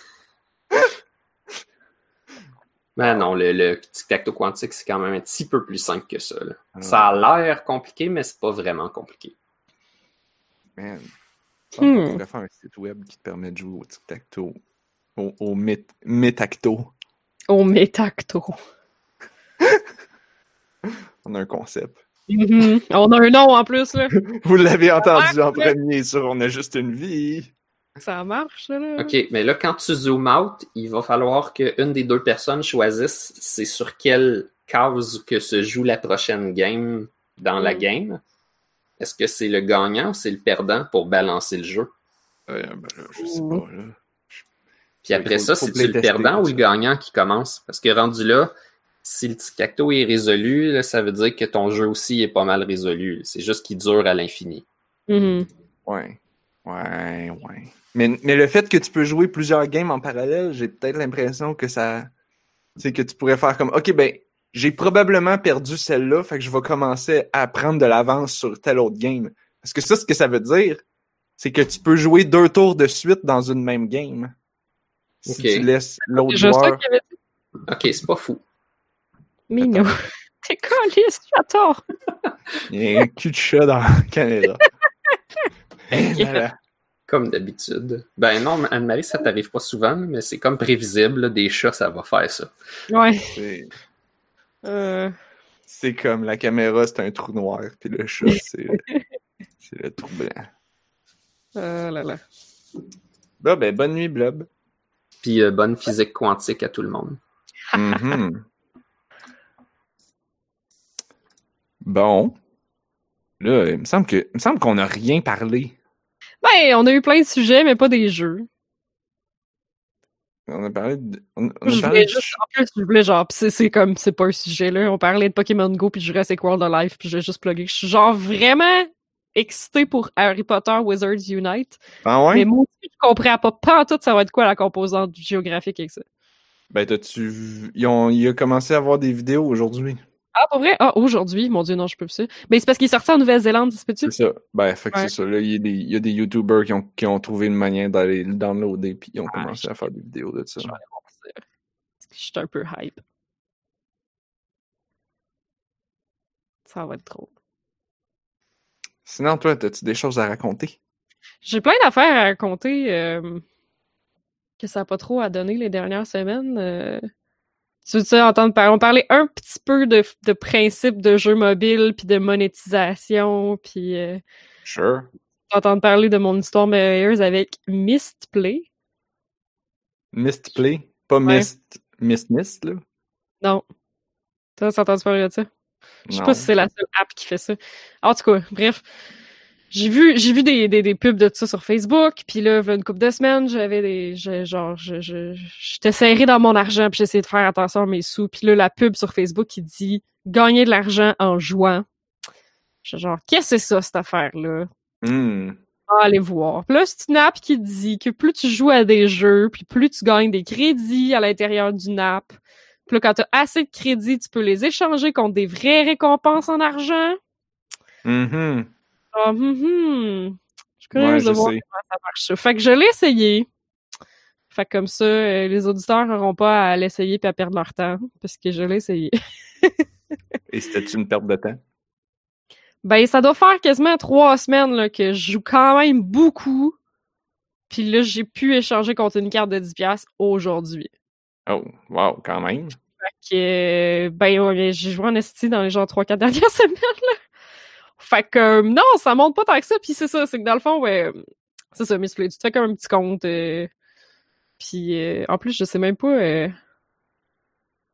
Mais non, le, le tic-tac-toe quantique, c'est quand même un petit peu plus simple que ça. Là. Ah. Ça a l'air compliqué, mais c'est pas vraiment compliqué. Man, ça Hmm. on pourrait faire un site web qui te permet de jouer au tic-tac-toe. Au, au mé- métacto. Au métacto. On a un concept. Mhm. On a un nom en plus, là. Vous l'avez entendu Ouais, en ouais. premier sur On a juste une vie. Ça marche, ça, là. OK, mais là, quand tu zoom out, il va falloir qu'une des deux personnes choisisse c'est sur quelle case que se joue la prochaine game dans la Mm. game. Est-ce que c'est le gagnant ou c'est le perdant pour balancer le jeu? Ouais, ben là, je sais Ouh. pas, là. Puis après Faut- ça, faut c'est-tu le playtester perdant tout ou ça. le gagnant qui commence? Parce que rendu là, si le tic-tac-toe est résolu, là, ça veut dire que ton jeu aussi est pas mal résolu. C'est juste qu'il dure à l'infini. Mhm. Ouais. Ouais, ouais. Mais, mais le fait que tu peux jouer plusieurs games en parallèle, j'ai peut-être l'impression que ça... C'est que tu pourrais faire comme, OK, ben, j'ai probablement perdu celle-là, fait que je vais commencer à prendre de l'avance sur telle autre game. Parce que ça, ce que ça veut dire, c'est que tu peux jouer deux tours de suite dans une même game. Si Ok. tu laisses l'autre C'est juste ça joueur... qu'il y avait dit. OK, c'est pas fou. Mais non. T'es caliste, j'adore. Il y a un cul de chat dans la caméra. Eh là là. Comme d'habitude. Ben non, Anne-Marie, ça t'arrive pas souvent, mais c'est comme prévisible. Là, des chats, ça va faire ça. Ouais. C'est- Euh... C'est comme la caméra, c'est un trou noir, puis le chat, c'est c'est le trou blanc. euh, là, là. Bon, ben, bonne nuit, Blob. Puis euh, bonne physique quantique à tout le monde. Mhm. Bon. Là, il me semble que, il me semble qu'on n'a rien parlé. Ben, on a eu plein de sujets, mais pas des jeux. On a parlé de... On, on a Je parlé voulais de... juste, en plus, je voulais genre, pis c'est, c'est comme, c'est pas un sujet, là. On parlait de Pokémon Go puis Jurassic World Alive, puis je vais juste plugger. Je suis genre vraiment excitée pour Harry Potter Wizards Unite. Ah ouais? Mais moi aussi, je comprends pas, pas en tout ça va être quoi la composante géographique avec ça. Ben, t'as-tu vu... Ils ont... Il a commencé à avoir des vidéos aujourd'hui. Ah, pour vrai? Ah, aujourd'hui? Mon Dieu, non, je peux plus ça. Mais c'est parce qu'il est sorti en Nouvelle-Zélande, ça se peut-tu? C'est ça. Ben, fait que Ouais. c'est ça. Là, il y a des, il y a des YouTubers qui ont, qui ont trouvé une manière d'aller le downloader, puis ils ont Ah, commencé je- à faire des vidéos de ça. Je vais aller voir ça. Parce que je suis un peu hype. Ça va être trop. Sinon, toi, t'as-tu des choses à raconter? J'ai plein d'affaires à raconter euh, que ça n'a pas trop à donner les dernières semaines. euh. Tu veux entendre parler? On parlait un petit peu de, de principes de jeux mobiles, puis de monétisation, puis euh, Sure. entendre parler de mon histoire merveilleuse avec Mistplay. Mist Play? Pas Ouais. Mist... Mist Mist, là? Non. T'as entendu parler de ça? Je sais Non. pas si c'est la seule app qui fait ça. En tout cas, bref. J'ai vu, j'ai vu des, des, des pubs de ça sur Facebook, puis là, il y a une couple de semaines, j'avais des, je- genre, je, je, j'étais serré dans mon argent, puis j'essayais de faire attention à mes sous, puis là, la pub sur Facebook qui dit « Gagner de l'argent en jouant ». Je genre « Qu'est-ce que c'est ça, cette affaire-là? Hmm. » Allez voir. Puis là, c'est une app qui dit que plus tu joues à des jeux, puis plus tu gagnes des crédits à l'intérieur d'une app. Puis là, quand tu as assez de crédits, tu peux les échanger contre des vraies récompenses en argent. Mhm. Ah, hum, hum. Je suis Ouais, curieuse je de voir sais. comment ça marche. Ça. Fait que je l'ai essayé. Fait que comme ça, euh, les auditeurs n'auront pas à l'essayer puis à perdre leur temps, parce que je l'ai essayé. Et c'était une perte de temps? Ben, ça doit faire quasiment trois semaines là, que je joue quand même beaucoup. Puis là, j'ai pu échanger contre une carte de dix dollars aujourd'hui. Oh, wow, quand même. Fait que, ben, ouais, mais j'ai joué en esti dans les genre trois quatre dernières semaines, là. Fait que, euh, non, ça monte pas tant que ça. Puis c'est ça, c'est que dans le fond, ouais, c'est ça, Mistplay, tu te fais comme un petit compte. Euh, puis euh, en plus, je sais même pas... Euh...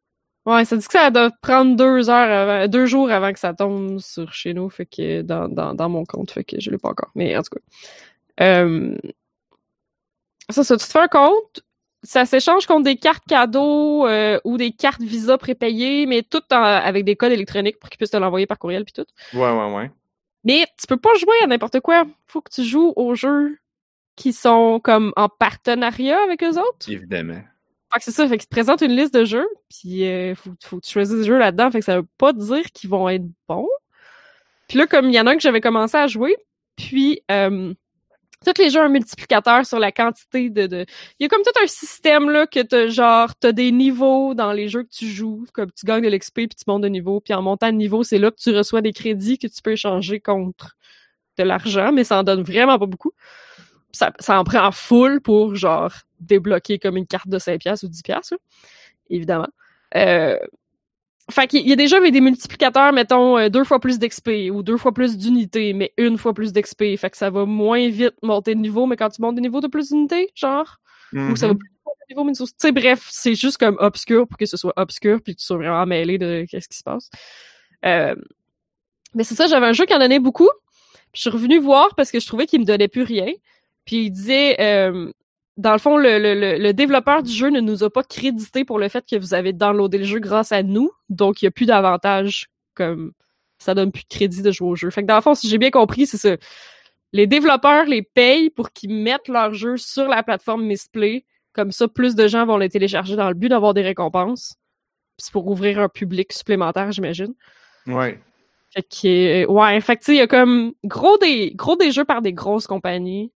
Ouais, ça dit que ça doit prendre deux heures avant, deux jours avant que ça tombe sur chez nous, fait que dans, dans, dans mon compte, fait que je l'ai pas encore. Mais en tout cas. Euh, ça, ça, tu te fais un compte, ça s'échange contre des cartes cadeaux euh, ou des cartes Visa prépayées, mais tout en, avec des codes électroniques pour qu'ils puissent te l'envoyer par courriel puis tout. Ouais, ouais, ouais. Mais tu peux pas jouer à n'importe quoi. Faut que tu joues aux jeux qui sont comme en partenariat avec eux autres. Évidemment. Fait que c'est ça, fait qu'ils te présentent une liste de jeux, puis euh, faut, faut que tu choisisses des jeux là-dedans, fait que ça veut pas dire qu'ils vont être bons. Puis là, comme il y en a un que j'avais commencé à jouer, puis euh, tous les jeux ont un multiplicateur sur la quantité de... de... Il y a comme tout un système, là, que t'as genre, t'as des niveaux dans les jeux que tu joues, comme tu gagnes de l'X P, puis tu montes de niveau, puis en montant de niveau, c'est là que tu reçois des crédits que tu peux échanger contre de l'argent, mais ça en donne vraiment pas beaucoup. Ça, ça en prend full pour, genre, débloquer comme une carte de cinq piastres ou dix piastres, là, évidemment. Euh... Fait qu'il y a des jeux avec des multiplicateurs, mettons, euh, deux fois plus d'X P ou deux fois plus d'unités, mais une fois plus d'X P. Fait que ça va moins vite monter de niveau, mais quand tu montes de niveau, t'as plus d'unités, genre. Mm-hmm. Ou ça va plus vite monter de niveau, mais tu sais, bref, c'est juste comme obscur pour que ce soit obscur puis que tu sois vraiment mêlé de qu'est-ce qui se passe. Euh... Mais c'est ça, j'avais un jeu qui en donnait beaucoup. Puis je suis revenue voir parce que je trouvais qu'il me donnait plus rien. Puis il disait, euh, dans le fond, le, le, le développeur du jeu ne nous a pas crédité pour le fait que vous avez downloadé le jeu grâce à nous. Donc, il n'y a plus d'avantage, comme ça donne plus de crédit de jouer au jeu. Fait que dans le fond, si j'ai bien compris, c'est ça. Les développeurs les payent pour qu'ils mettent leur jeu sur la plateforme Missplay. Comme ça, plus de gens vont les télécharger dans le but d'avoir des récompenses. Puis c'est pour ouvrir un public supplémentaire, j'imagine. Ouais. Fait que, ouais, fait que tu sais, il y a comme gros des, gros des jeux par des grosses compagnies.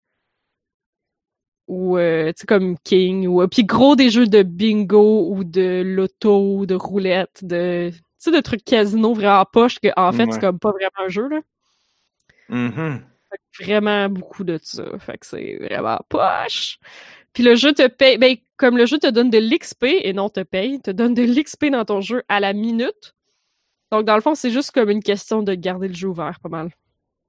Ou, euh, tu sais, comme King, ou, puis gros des jeux de bingo, ou de loto, de roulette, de, tu sais, de trucs casino vraiment poche, que, en fait, ouais. C'est comme pas vraiment un jeu, là. Mm-hmm. Fait que vraiment beaucoup de ça. Fait que c'est vraiment poche. Puis le jeu te paye, ben, comme le jeu te donne de l'X P, et non te paye, te donne de l'X P dans ton jeu à la minute. Donc, dans le fond, c'est juste comme une question de garder le jeu ouvert, pas mal.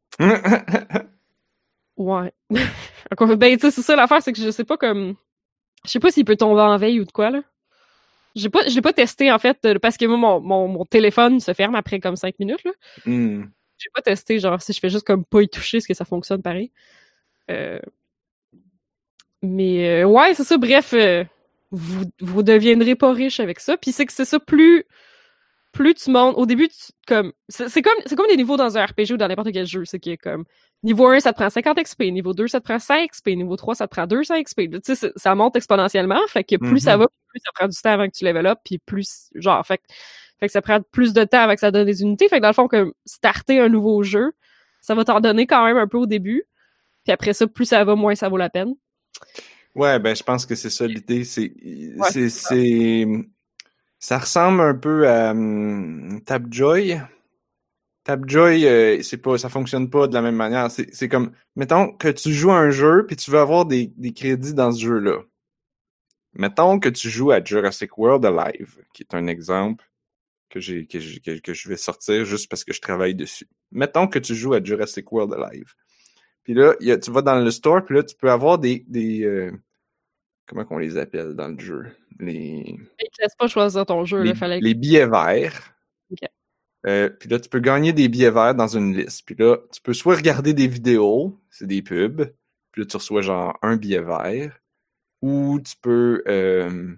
Ouais. Ben, tu sais, c'est ça l'affaire, c'est que je sais pas comme... Je sais pas s'il peut tomber en veille ou de quoi, là. J'ai pas, je l'ai pas testé, en fait, parce que moi, mon, mon, mon téléphone se ferme après comme cinq minutes, là. Mm. J'ai pas testé, genre, si je fais juste comme pas y toucher, est-ce que ça fonctionne pareil? Euh... Mais, euh, ouais, c'est ça, bref, euh, vous, vous deviendrez pas riche avec ça. Puis c'est que c'est ça, plus... Plus tu montes, au début, tu, comme, c'est, c'est comme, c'est comme des niveaux dans un R P G ou dans n'importe quel jeu, c'est qu'il y a comme, niveau un, ça te prend cinquante X P, niveau deux, ça te prend cinq X P, niveau trois, ça te prend deux cents X P, tu sais, ça monte exponentiellement, fait que plus mm-hmm. ça va, plus ça prend du temps avant que tu level up, puis plus, genre, fait, fait que ça prend plus de temps avant que ça donne des unités, fait que dans le fond, comme, starter un nouveau jeu, ça va t'en donner quand même un peu au début, puis après ça, plus ça va, moins ça vaut la peine. Ouais, ben, je pense que c'est ça l'idée, c'est, ouais, c'est, c'est, c'est... Ça ressemble un peu à um, Tapjoy. Tapjoy, euh, c'est pas, ça fonctionne pas de la même manière. C'est, c'est comme, mettons que tu joues à un jeu puis tu veux avoir des, des crédits dans ce jeu-là. Mettons que tu joues à Jurassic World Alive, qui est un exemple que j'ai, que, j'ai, que, que je vais sortir juste parce que je travaille dessus. Mettons que tu joues à Jurassic World Alive. Puis là, y a, tu vas dans le store puis là, tu peux avoir des, des euh, comment qu'on les appelle dans le jeu? Les... Ils te laissent pas choisir ton jeu. Les, là, fallait... les billets verts. Okay. Euh, puis là, tu peux gagner des billets verts dans une liste. Puis là, tu peux soit regarder des vidéos, c'est des pubs, puis là, tu reçois genre un billet vert, ou tu peux euh,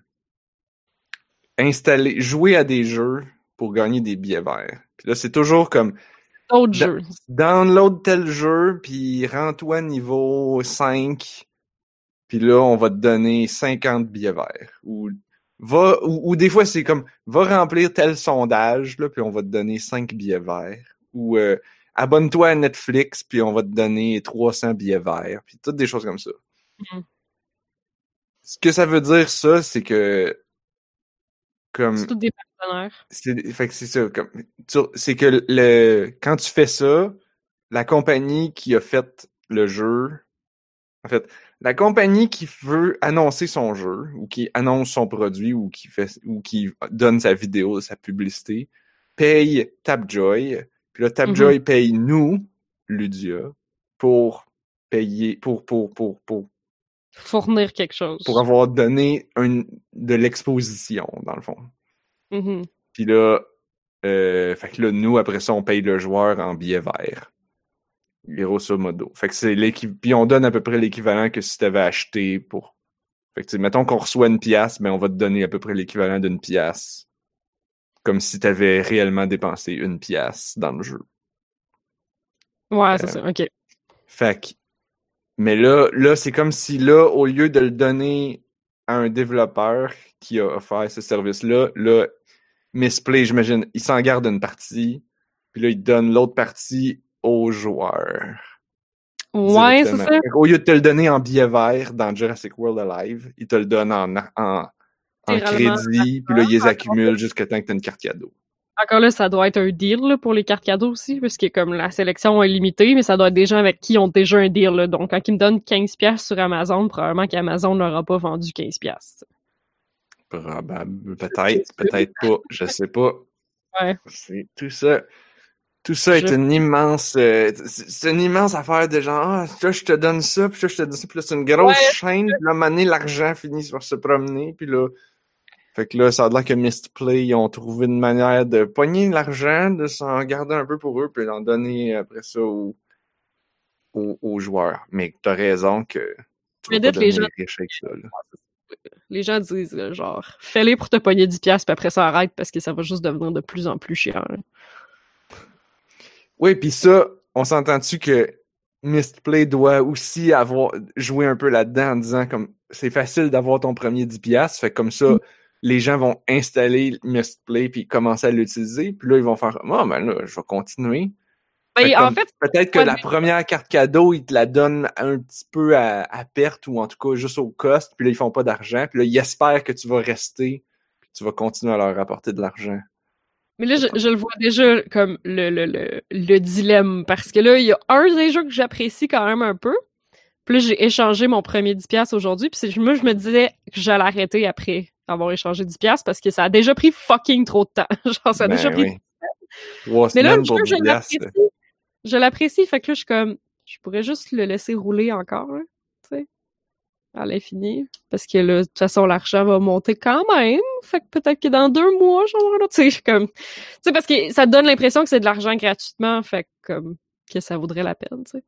installer, jouer à des jeux pour gagner des billets verts. Puis là, c'est toujours comme... D'autres jeux. Download tel jeu, puis rends-toi niveau cinq... Puis là, on va te donner cinquante billets verts. Ou, va, ou, ou des fois, c'est comme, va remplir tel sondage, là, puis on va te donner cinq billets verts. Ou euh, abonne-toi à Netflix, puis on va te donner trois cents billets verts. Puis toutes des choses comme ça. Mm-hmm. Ce que ça veut dire, ça, c'est que... comme c'est tous des partenaires. C'est, fait que c'est ça. Comme, tu, c'est que le, quand tu fais ça, la compagnie qui a fait le jeu... En fait... La compagnie qui veut annoncer son jeu, ou qui annonce son produit, ou qui fait, ou qui donne sa vidéo, sa publicité, paye Tapjoy. Puis là, Tapjoy mm-hmm. paye nous, Ludia, pour payer, pour, pour, pour, pour, fournir quelque chose. Pour avoir donné un, de l'exposition, dans le fond. Mm-hmm. Puis là, euh, fait que là, nous, après ça, on paye le joueur en billets verts. Grosso modo. Fait que c'est l'équivalent. Puis on donne à peu près l'équivalent que si t'avais acheté pour. Fait que tu sais, mettons qu'on reçoit une pièce, mais on va te donner à peu près l'équivalent d'une pièce. Comme si t'avais réellement dépensé une pièce dans le jeu. Ouais, euh, c'est ça, ok. Fait que. Mais là, là, c'est comme si là, au lieu de le donner à un développeur qui a offert ce service-là, là, Mistplay, j'imagine, il s'en garde une partie, puis là, il donne l'autre partie aux joueurs. Ouais, c'est ça. Au lieu de te le donner en billet vert dans Jurassic World Alive, il te le donne en, en, en crédit, puis là, il les accumule jusqu'à temps que tu as une carte cadeau. Encore là, ça doit être un deal là, pour les cartes cadeaux aussi, parce que comme la sélection est limitée, mais ça doit être des gens avec qui ont déjà un deal. Là. Donc, quand ils me donnent quinze piastres sur Amazon, probablement qu'Amazon n'aura pas vendu quinze piastres. Probable, peut-être, peut-être pas, je sais pas. Ouais. C'est tout ça. Tout ça Je... est une immense, euh, c'est une immense affaire de genre, ah, là, je te donne ça, puis là, je te donne ça, puis là, c'est une grosse ouais. chaîne, puis là, à un moment donné, l'argent finit par se promener, puis là, fait que là, ça a l'air que Mistplay, ils ont trouvé une manière de pogner l'argent, de s'en garder un peu pour eux, puis d'en donner après ça aux, aux, aux joueurs. Mais t'as raison que tu vas pas devenir les gens... riche avec ça, là. Les gens disent, là, genre, fais-les pour te pogner dix piastres, puis après ça, arrête, parce que ça va juste devenir de plus en plus chiant. Là. Oui, puis ça, on s'entend-tu que Mistplay doit aussi avoir joué un peu là-dedans en disant comme c'est facile d'avoir ton premier dix piastres, fait comme ça, mm. les gens vont installer Mistplay puis commencer à l'utiliser, puis là, ils vont faire « Ah, oh, ben là, je vais continuer. » Ben, en fait, peut-être que la première carte cadeau, ils te la donnent un petit peu à, à perte ou en tout cas juste au cost, puis là, ils font pas d'argent, puis là, ils espèrent que tu vas rester, puis tu vas continuer à leur apporter de l'argent. Mais là, je, je le vois déjà comme le, le, le, le dilemme, parce que là, il y a un des jeux que j'apprécie quand même un peu, puis là, j'ai échangé mon premier dix piastres aujourd'hui, puis moi, je me disais que j'allais arrêter après avoir échangé dix piastres, parce que ça a déjà pris fucking trop de temps. Genre, ça a ben déjà pris... Oui. Trois Mais là, le jeu, je l'apprécie. Je l'apprécie, fait que là, je suis comme... Je pourrais juste le laisser rouler encore, hein, tu sais, à l'infini. Parce que là, de toute façon, l'argent va monter quand même. Fait que peut-être que dans deux mois, j'en aurai l'autre. Tu sais, je suis comme... Tu sais, parce que ça te donne l'impression que c'est de l'argent gratuitement, fait que, comme, que ça vaudrait la peine, tu sais.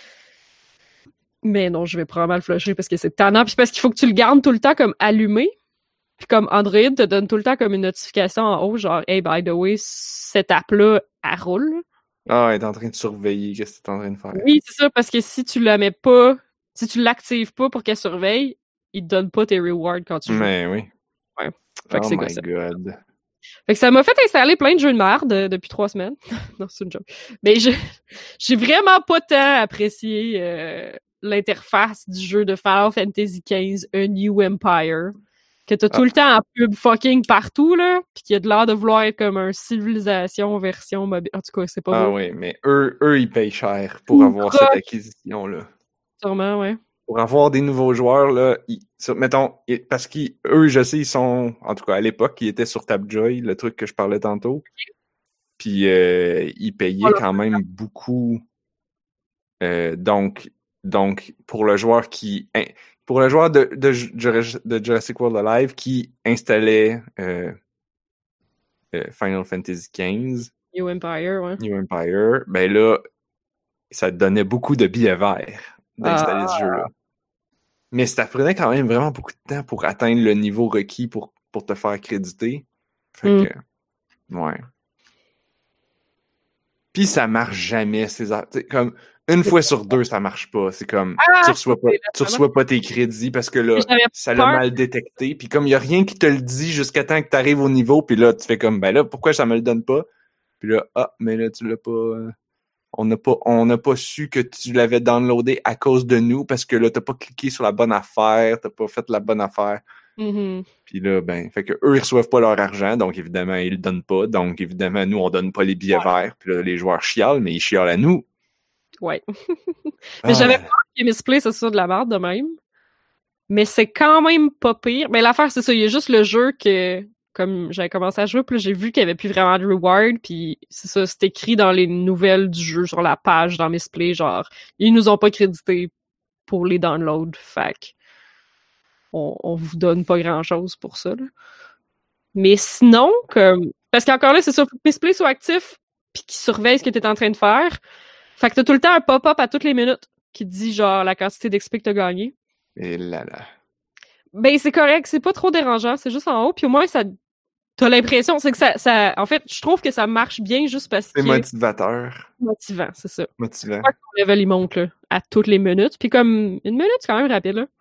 Mais non, je vais probablement le flusher parce que c'est tannant. Puis parce qu'il faut que tu le gardes tout le temps comme allumé. Puis comme Android te donne tout le temps comme une notification en haut, genre « Hey, by the way, cette app-là, elle roule. » Ah, elle est en train de surveiller qu'est-ce que tu es en train de faire. Oui, c'est ça, parce que si tu la mets pas, si tu l'actives pas pour qu'elle surveille, il te donne pas tes rewards quand tu joues. Mais oui. Ouais. Fait que oh c'est my ça. god. Fait que ça m'a fait installer plein de jeux de merde euh, depuis trois semaines. Non, c'est une joke. Mais je, j'ai vraiment pas tant apprécié euh, l'interface du jeu de Final Fantasy quinze, A New Empire. Que t'as ah. tout le temps en pub fucking partout, là, pis qu'il y a de l'air de vouloir être comme un civilisation version mobile. En tout cas, c'est pas Ah beau. oui, mais eux, eux, ils payent cher pour Ouh, avoir cette acquisition-là. Sûrement, ouais. Pour avoir des nouveaux joueurs, là, ils, mettons, parce qu'eux, je sais, ils sont, en tout cas, à l'époque, ils étaient sur Tapjoy, le truc que je parlais tantôt. Puis, euh, ils payaient voilà. quand même beaucoup. Euh, donc, donc, pour le joueur qui... Hein, Pour le joueur de, de, de Jurassic World Alive qui installait euh, euh, Final Fantasy quinze, New Empire, ouais. New Empire, ben là, ça te donnait beaucoup de billets verts d'installer ah. ce jeu-là. Mais ça prenait quand même vraiment beaucoup de temps pour atteindre le niveau requis pour, pour te faire créditer. Fait mm. que, ouais. Puis ça marche jamais, ces comme une fois sur deux, ça marche pas. C'est comme, ah, tu reçois pas, tu reçois pas tes crédits parce que là, ça l'a mal détecté. Puis comme il y a rien qui te le dit jusqu'à temps que tu arrives au niveau, puis là, tu fais comme, ben là, pourquoi ça me le donne pas? Puis là, ah, mais là, tu l'as pas, on n'a pas, on n'a pas su que tu l'avais downloadé à cause de nous parce que là, t'as pas cliqué sur la bonne affaire, t'as pas fait la bonne affaire. Mm-hmm. Puis là, ben, fait que eux, ils reçoivent pas leur argent, donc évidemment, ils le donnent pas. Donc évidemment, nous, on donne pas les billets ouais. verts. Puis là, les joueurs chialent, mais ils chialent à nous. Ouais. mais ah. j'avais peur que Mistplay, c'est ça de la merde de même. Mais c'est quand même pas pire. Mais l'affaire, c'est ça, il y a juste le jeu que, comme j'avais commencé à jouer, puis là, j'ai vu qu'il y avait plus vraiment de reward, puis c'est ça, c'est écrit dans les nouvelles du jeu, sur la page, dans Mistplay, genre, ils nous ont pas crédité pour les downloads, fait on, on vous donne pas grand-chose pour ça, là. Mais sinon, comme... Parce qu'encore là, c'est ça, faut que Misplay soit actif puis qu'il surveille ce que t'es en train de faire. Fait que t'as tout le temps un pop-up à toutes les minutes qui te dit, genre, la quantité d'X P que t'as gagné. Et là là. Ben, c'est correct, c'est pas trop dérangeant, c'est juste en haut, puis au moins, ça... T'as l'impression, c'est que ça, ça... En fait, je trouve que ça marche bien juste parce que... C'est motivateur. Motivant, c'est ça. Motivant. Ton level, il monte, là, à toutes les minutes. Puis comme, une minute, c'est quand même rapide, là.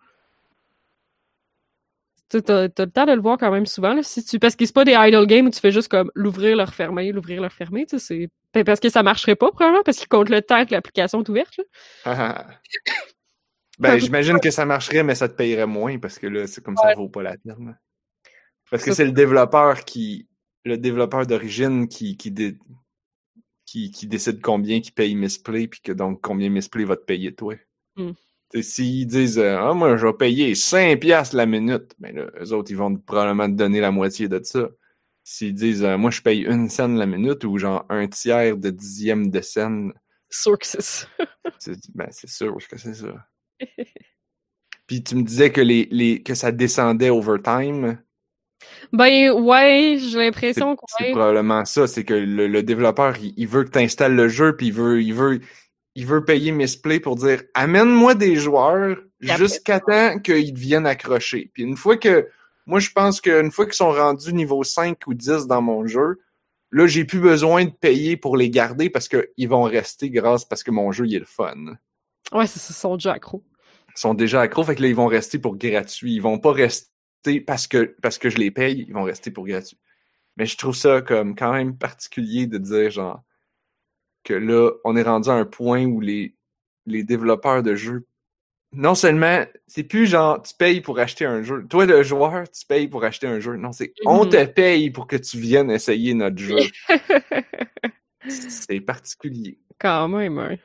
T'as, t'as, t'as le temps de le voir quand même souvent, là. Si tu... Parce que c'est pas des idle games où tu fais juste comme l'ouvrir, le refermer, l'ouvrir, le refermer, tu sais, c'est... Ben, parce que ça marcherait pas, probablement, parce qu'il compte le temps que l'application est ouverte, là. Ah. Ben, j'imagine que ça marcherait, mais ça te payerait moins, parce que là, c'est comme ça, ouais. ça vaut pas la peine. Parce que c'est le développeur qui... Le développeur d'origine qui... qui dé... Qui, qui décide combien qui paye Misplay, puis que donc combien Misplay va te payer toi. Mm. S'ils disent euh, ah, moi je vais payer cinq piastres la minute, ben là, eux autres, ils vont probablement te donner la moitié de ça. S'ils disent euh, moi je paye une scène la minute ou genre un tiers de dixième de scène. C'est sûr que c'est ça. c'est, ben c'est sûr que c'est ça. Puis tu me disais que les, les que ça descendait overtime. Ben ouais, j'ai l'impression c'est, que c'est ouais. probablement ça, c'est que le, le développeur il, il veut que tu installes le jeu puis il veut il veut il veut payer Misplay pour dire amène-moi des joueurs jusqu'à temps qu'ils deviennent accrochés. Puis une fois que moi je pense qu'une fois qu'ils sont rendus niveau cinq ou dix dans mon jeu, là j'ai plus besoin de payer pour les garder parce qu'ils vont rester grâce parce que mon jeu il est le fun. Ouais, c'est ça, ils sont déjà accros. Ils sont déjà accros, fait que là ils vont rester pour gratuit. Ils vont pas rester parce que parce que je les paye, ils vont rester pour gratuit. Mais je trouve ça comme quand même particulier de dire genre que là, on est rendu à un point où les, les développeurs de jeux, non seulement, c'est plus genre tu payes pour acheter un jeu. Toi, le joueur, tu payes pour acheter un jeu. Non, c'est mm-hmm. on te paye pour que tu viennes essayer notre jeu. C'est particulier. Quand même, hein.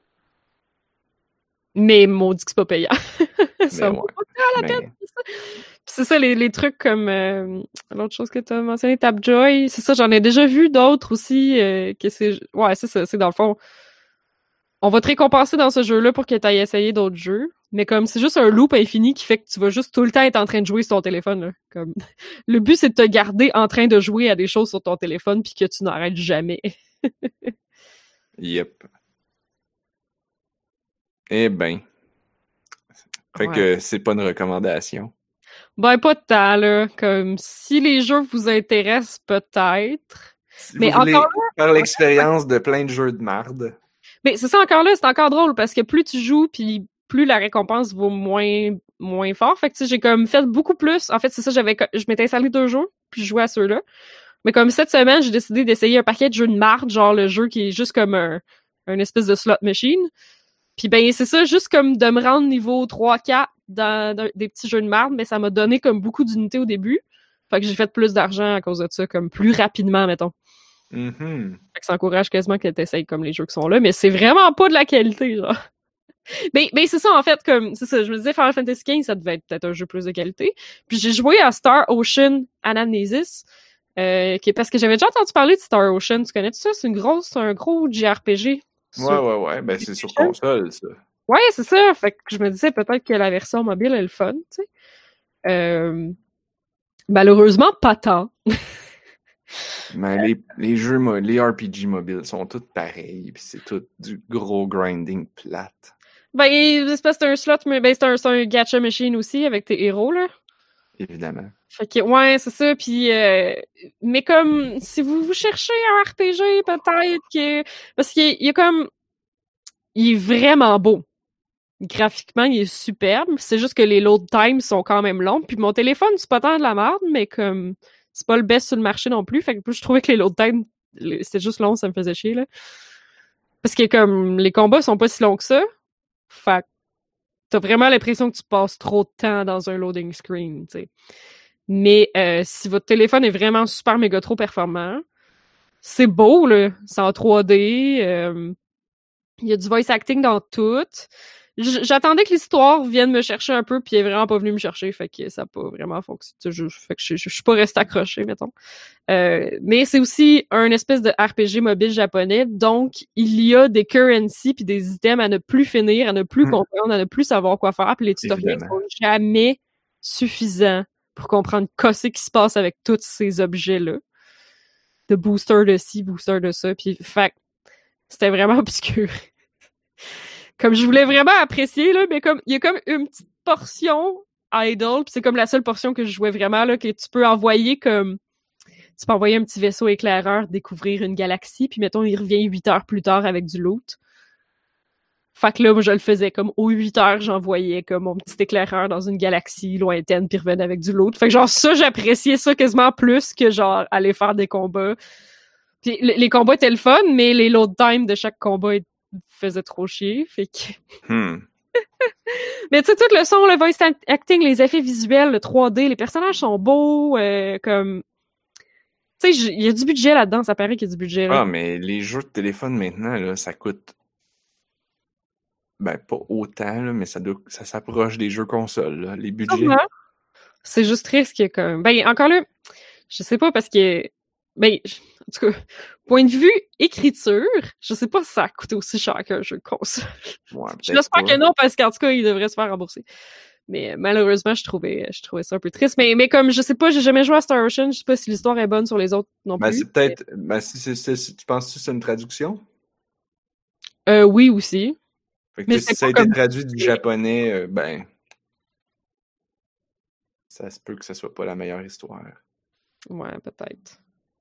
Mais maudit que c'est pas payant. Ça mais vaut ouais. pas la peine. Mais... C'est ça, les, les trucs comme euh, l'autre chose que tu as mentionné, Tapjoy. C'est ça, j'en ai déjà vu d'autres aussi. Euh, que c'est... Ouais, c'est ça, c'est dans le fond. On va te récompenser dans ce jeu-là pour que tu ailles essayer d'autres jeux. Mais comme c'est juste un loop infini qui fait que tu vas juste tout le temps être en train de jouer sur ton téléphone. Là. Comme... Le but, c'est de te garder en train de jouer à des choses sur ton téléphone puis que tu n'arrêtes jamais. Yep. Eh ben. Fait ouais. que c'est pas une recommandation. Ben, pas de temps, là. Comme, si les jeux vous intéressent, peut-être. Si mais vous voulez encore là, faire l'expérience de plein de jeux de marde. Mais c'est ça, encore là, c'est encore drôle, parce que plus tu joues, puis plus la récompense vaut moins, moins fort. Fait que, tu sais, j'ai comme fait beaucoup plus. En fait, c'est ça, j'avais, je m'étais installé deux jeux, puis je jouais à ceux-là. Mais comme cette semaine, j'ai décidé d'essayer un paquet de jeux de marde, genre le jeu qui est juste comme un, un espèce de slot machine. Puis ben, c'est ça, juste comme de me rendre niveau trois quatre dans, dans des petits jeux de marde, mais ça m'a donné comme beaucoup d'unités au début. Fait que j'ai fait plus d'argent à cause de ça, comme plus rapidement, mettons. Mm-hmm. Fait que ça encourage quasiment que t'essayes comme les jeux qui sont là, mais c'est vraiment pas de la qualité, genre. Mais, mais c'est ça, en fait, comme, c'est ça, je me disais Final Fantasy quinze, ça devait être peut-être un jeu plus de qualité. Puis j'ai joué à Star Ocean Anamnesis, euh, qui est parce que j'avais déjà entendu parler de Star Ocean, tu connais ça? C'est une grosse, c'est un gros J R P G. Ouais, ouais, ouais, ben c'est sur console, ça. Ouais, c'est ça, fait que je me disais peut-être que la version mobile est le fun, tu sais. Euh, malheureusement, pas tant. Mais les, les jeux, les R P G mobiles sont tous pareils, pis c'est tout du gros grinding plate. Ben, c'est parce que c'est un slot, mais ben, c'est un, c'est un gacha machine aussi, avec tes héros, là. Évidemment. Fait que, ouais, c'est ça, pis euh, mais comme, si vous, vous cherchez un R P G, peut-être que... Parce qu'il y a comme... Il est vraiment beau. Graphiquement, il est superbe. C'est juste que les load times sont quand même longs. Puis mon téléphone, c'est pas tant de la merde, mais comme c'est pas le best sur le marché non plus. Fait que plus je trouvais que les load times, c'était juste long, ça me faisait chier, là. Parce que comme les combats sont pas si longs que ça. Fait que t'as vraiment l'impression que tu passes trop de temps dans un loading screen, tu sais. Mais euh, si votre téléphone est vraiment super méga trop performant, c'est beau, là. C'est en trois D. Euh, il y a du voice acting dans tout. J'attendais que l'histoire vienne me chercher un peu, puis elle est vraiment pas venue me chercher, fait que ça n'a pas vraiment fonctionné. Je, fait que je, je, je suis pas restée accrochée, mettons. Euh, mais c'est aussi un espèce de R P G mobile japonais, donc il y a des currency puis des items à ne plus finir, à ne plus mmh. comprendre, à ne plus savoir quoi faire, puis les tutoriels sont jamais suffisants pour comprendre qu'est-ce qui se passe avec tous ces objets-là. De booster de ci, booster de ça, puis fait c'était vraiment obscur. Comme je voulais vraiment apprécier, là, mais comme il y a comme une petite portion idle, puis c'est comme la seule portion que je jouais vraiment, là, que tu peux envoyer comme... Tu peux envoyer un petit vaisseau éclaireur découvrir une galaxie, puis mettons, il revient huit heures plus tard avec du loot. Fait que là, moi, je le faisais comme aux huit heures, j'envoyais comme mon petit éclaireur dans une galaxie lointaine, puis revenait avec du loot. Fait que genre, ça, j'appréciais ça quasiment plus que genre aller faire des combats. Puis les combats étaient le fun, mais les load time de chaque combat faisaient trop chier. Fait que... Hmm. Mais tu sais, tout le son, le voice acting, les effets visuels, le trois D, les personnages sont beaux, euh, comme... Tu sais, il y a du budget là-dedans, ça paraît qu'il y a du budget. Là. Ah, mais les jeux de téléphone maintenant, là, ça coûte... Ben, pas autant, là, mais ça, doit... ça s'approche des jeux consoles, là, les budgets. Ah, c'est juste triste qu'il y a comme... Ben, encore là, je sais pas, parce que... Ben, en tout cas, point de vue écriture, je sais pas si ça coûte aussi cher qu'un jeu de console. Ouais, J'espère que non, parce qu'en tout cas, il devrait se faire rembourser. Mais malheureusement, je trouvais, je trouvais ça un peu triste. Mais, mais comme, je sais pas, j'ai jamais joué à Star Ocean, je sais pas si l'histoire est bonne sur les autres non plus. Ben, c'est peut-être... Mais... Ben, si, c'est, c'est, si tu penses que c'est une traduction? Euh, oui, aussi. Fait que mais si ça a été comme... traduit du japonais, euh, ben... Ça se peut que ce soit pas la meilleure histoire. Ouais, peut-être.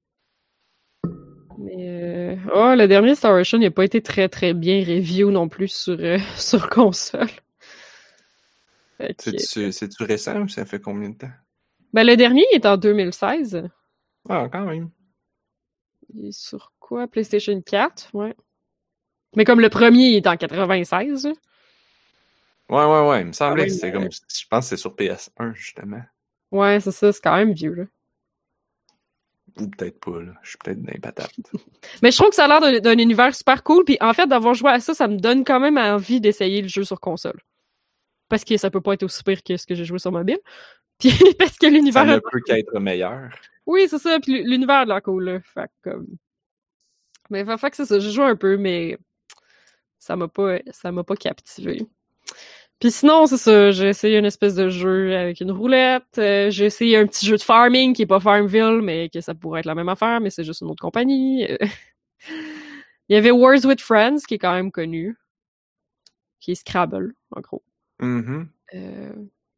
Mais euh... oh, le dernier Star Ocean n'a pas été très très bien review non plus sur, euh, sur console. Okay. C'est-tu, c'est-tu récent ou ça fait combien de temps? Ben, le dernier il est en deux mille seize. Ah, quand même. Il est sur quoi? PlayStation quatre, ouais. Mais comme le premier il est en quatre-vingt-seize. Ouais, ouais, ouais. Il me semblait ah, que c'était euh... comme... Je pense que c'est sur P S un, justement. Ouais, c'est ça. C'est quand même vieux, là. Ou peut-être pas, là. Je suis peut-être dans les patates. Mais je trouve que ça a l'air d'un, d'un univers super cool. Puis en fait, d'avoir joué à ça, ça me donne quand même envie d'essayer le jeu sur console. Parce que ça peut pas être aussi pire que ce que j'ai joué sur mobile. Puis parce que l'univers... Ça ne peut qu'être meilleur. Oui, c'est ça. Puis l'univers a de l'air cool, là. Fait comme... Mais fait, fait que c'est ça. J'ai joué un peu, mais ça m'a pas, ça m'a pas captivé. Puis sinon, c'est ça, j'ai essayé une espèce de jeu avec une roulette. Euh, j'ai essayé un petit jeu de farming qui est pas Farmville, mais que ça pourrait être la même affaire, mais c'est juste une autre compagnie. Il y avait Wars with Friends, qui est quand même connu. Qui est Scrabble, en gros. Mm-hmm. Euh...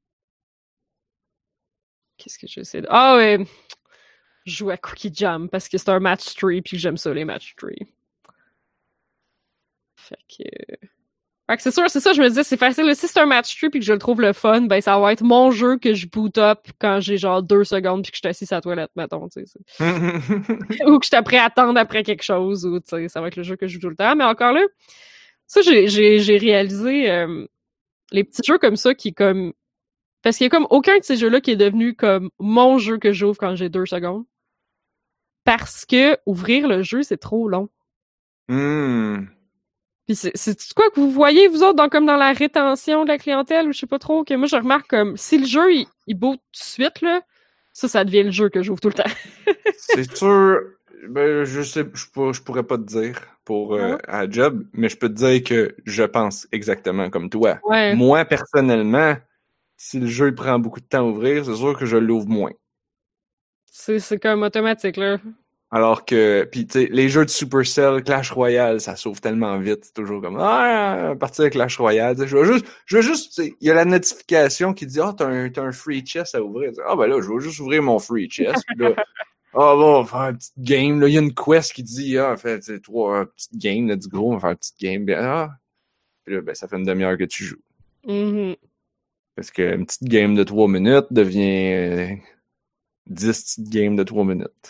Qu'est-ce que j'essaie de... Ah ouais! Je joue à Cookie Jam, parce que c'est un match three, puis j'aime ça, les match three. Fait que... Fait que c'est sûr, c'est ça, je me disais, c'est facile. Si c'est un match three puis que je le trouve le fun, ben ça va être mon jeu que je boot up quand j'ai genre deux secondes puis que je suis assis à la toilette, mettons, tu sais. Ou que je suis prêt à attendre après quelque chose, ou tu sais, ça va être le jeu que je joue tout le temps. Mais encore là, ça, j'ai, j'ai, j'ai réalisé euh, les petits jeux comme ça qui comme... Parce qu'il y a comme aucun de ces jeux-là qui est devenu comme mon jeu que j'ouvre quand j'ai deux secondes. Parce que ouvrir le jeu, c'est trop long. Mm. Puis c'est, c'est quoi que vous voyez, vous autres, dans, comme dans la rétention de la clientèle, ou je sais pas trop, que moi, je remarque comme, si le jeu, il, il boot tout de suite, là, ça, ça devient le jeu que j'ouvre tout le temps. C'est sûr, ben, je sais, je, pour, je pourrais pas te dire pour euh, à job, mais je peux te dire que je pense exactement comme toi. Ouais. Moi, personnellement, si le jeu il prend beaucoup de temps à ouvrir, c'est sûr que je l'ouvre moins. C'est, c'est comme automatique, là. Alors que, pis tu sais, les jeux de Supercell, Clash Royale, ça s'ouvre tellement vite, c'est toujours comme, ah, partir avec Clash Royale, je veux juste, je veux juste, il y a la notification qui dit, ah, oh, t'as un, t'as un free chest à ouvrir. Ah, ben là, je veux juste ouvrir mon free chest, pis là, ah, oh, bon, on va faire une petite game, là, il y a une quest qui dit, ah, fait, tu sais, trois petites games, let's go, on va faire une petite game, bien, ah, pis là, ben, ça fait une demi-heure que tu joues. Mm-hmm. Parce qu'une petite game de trois minutes devient euh, dix petites games de trois minutes.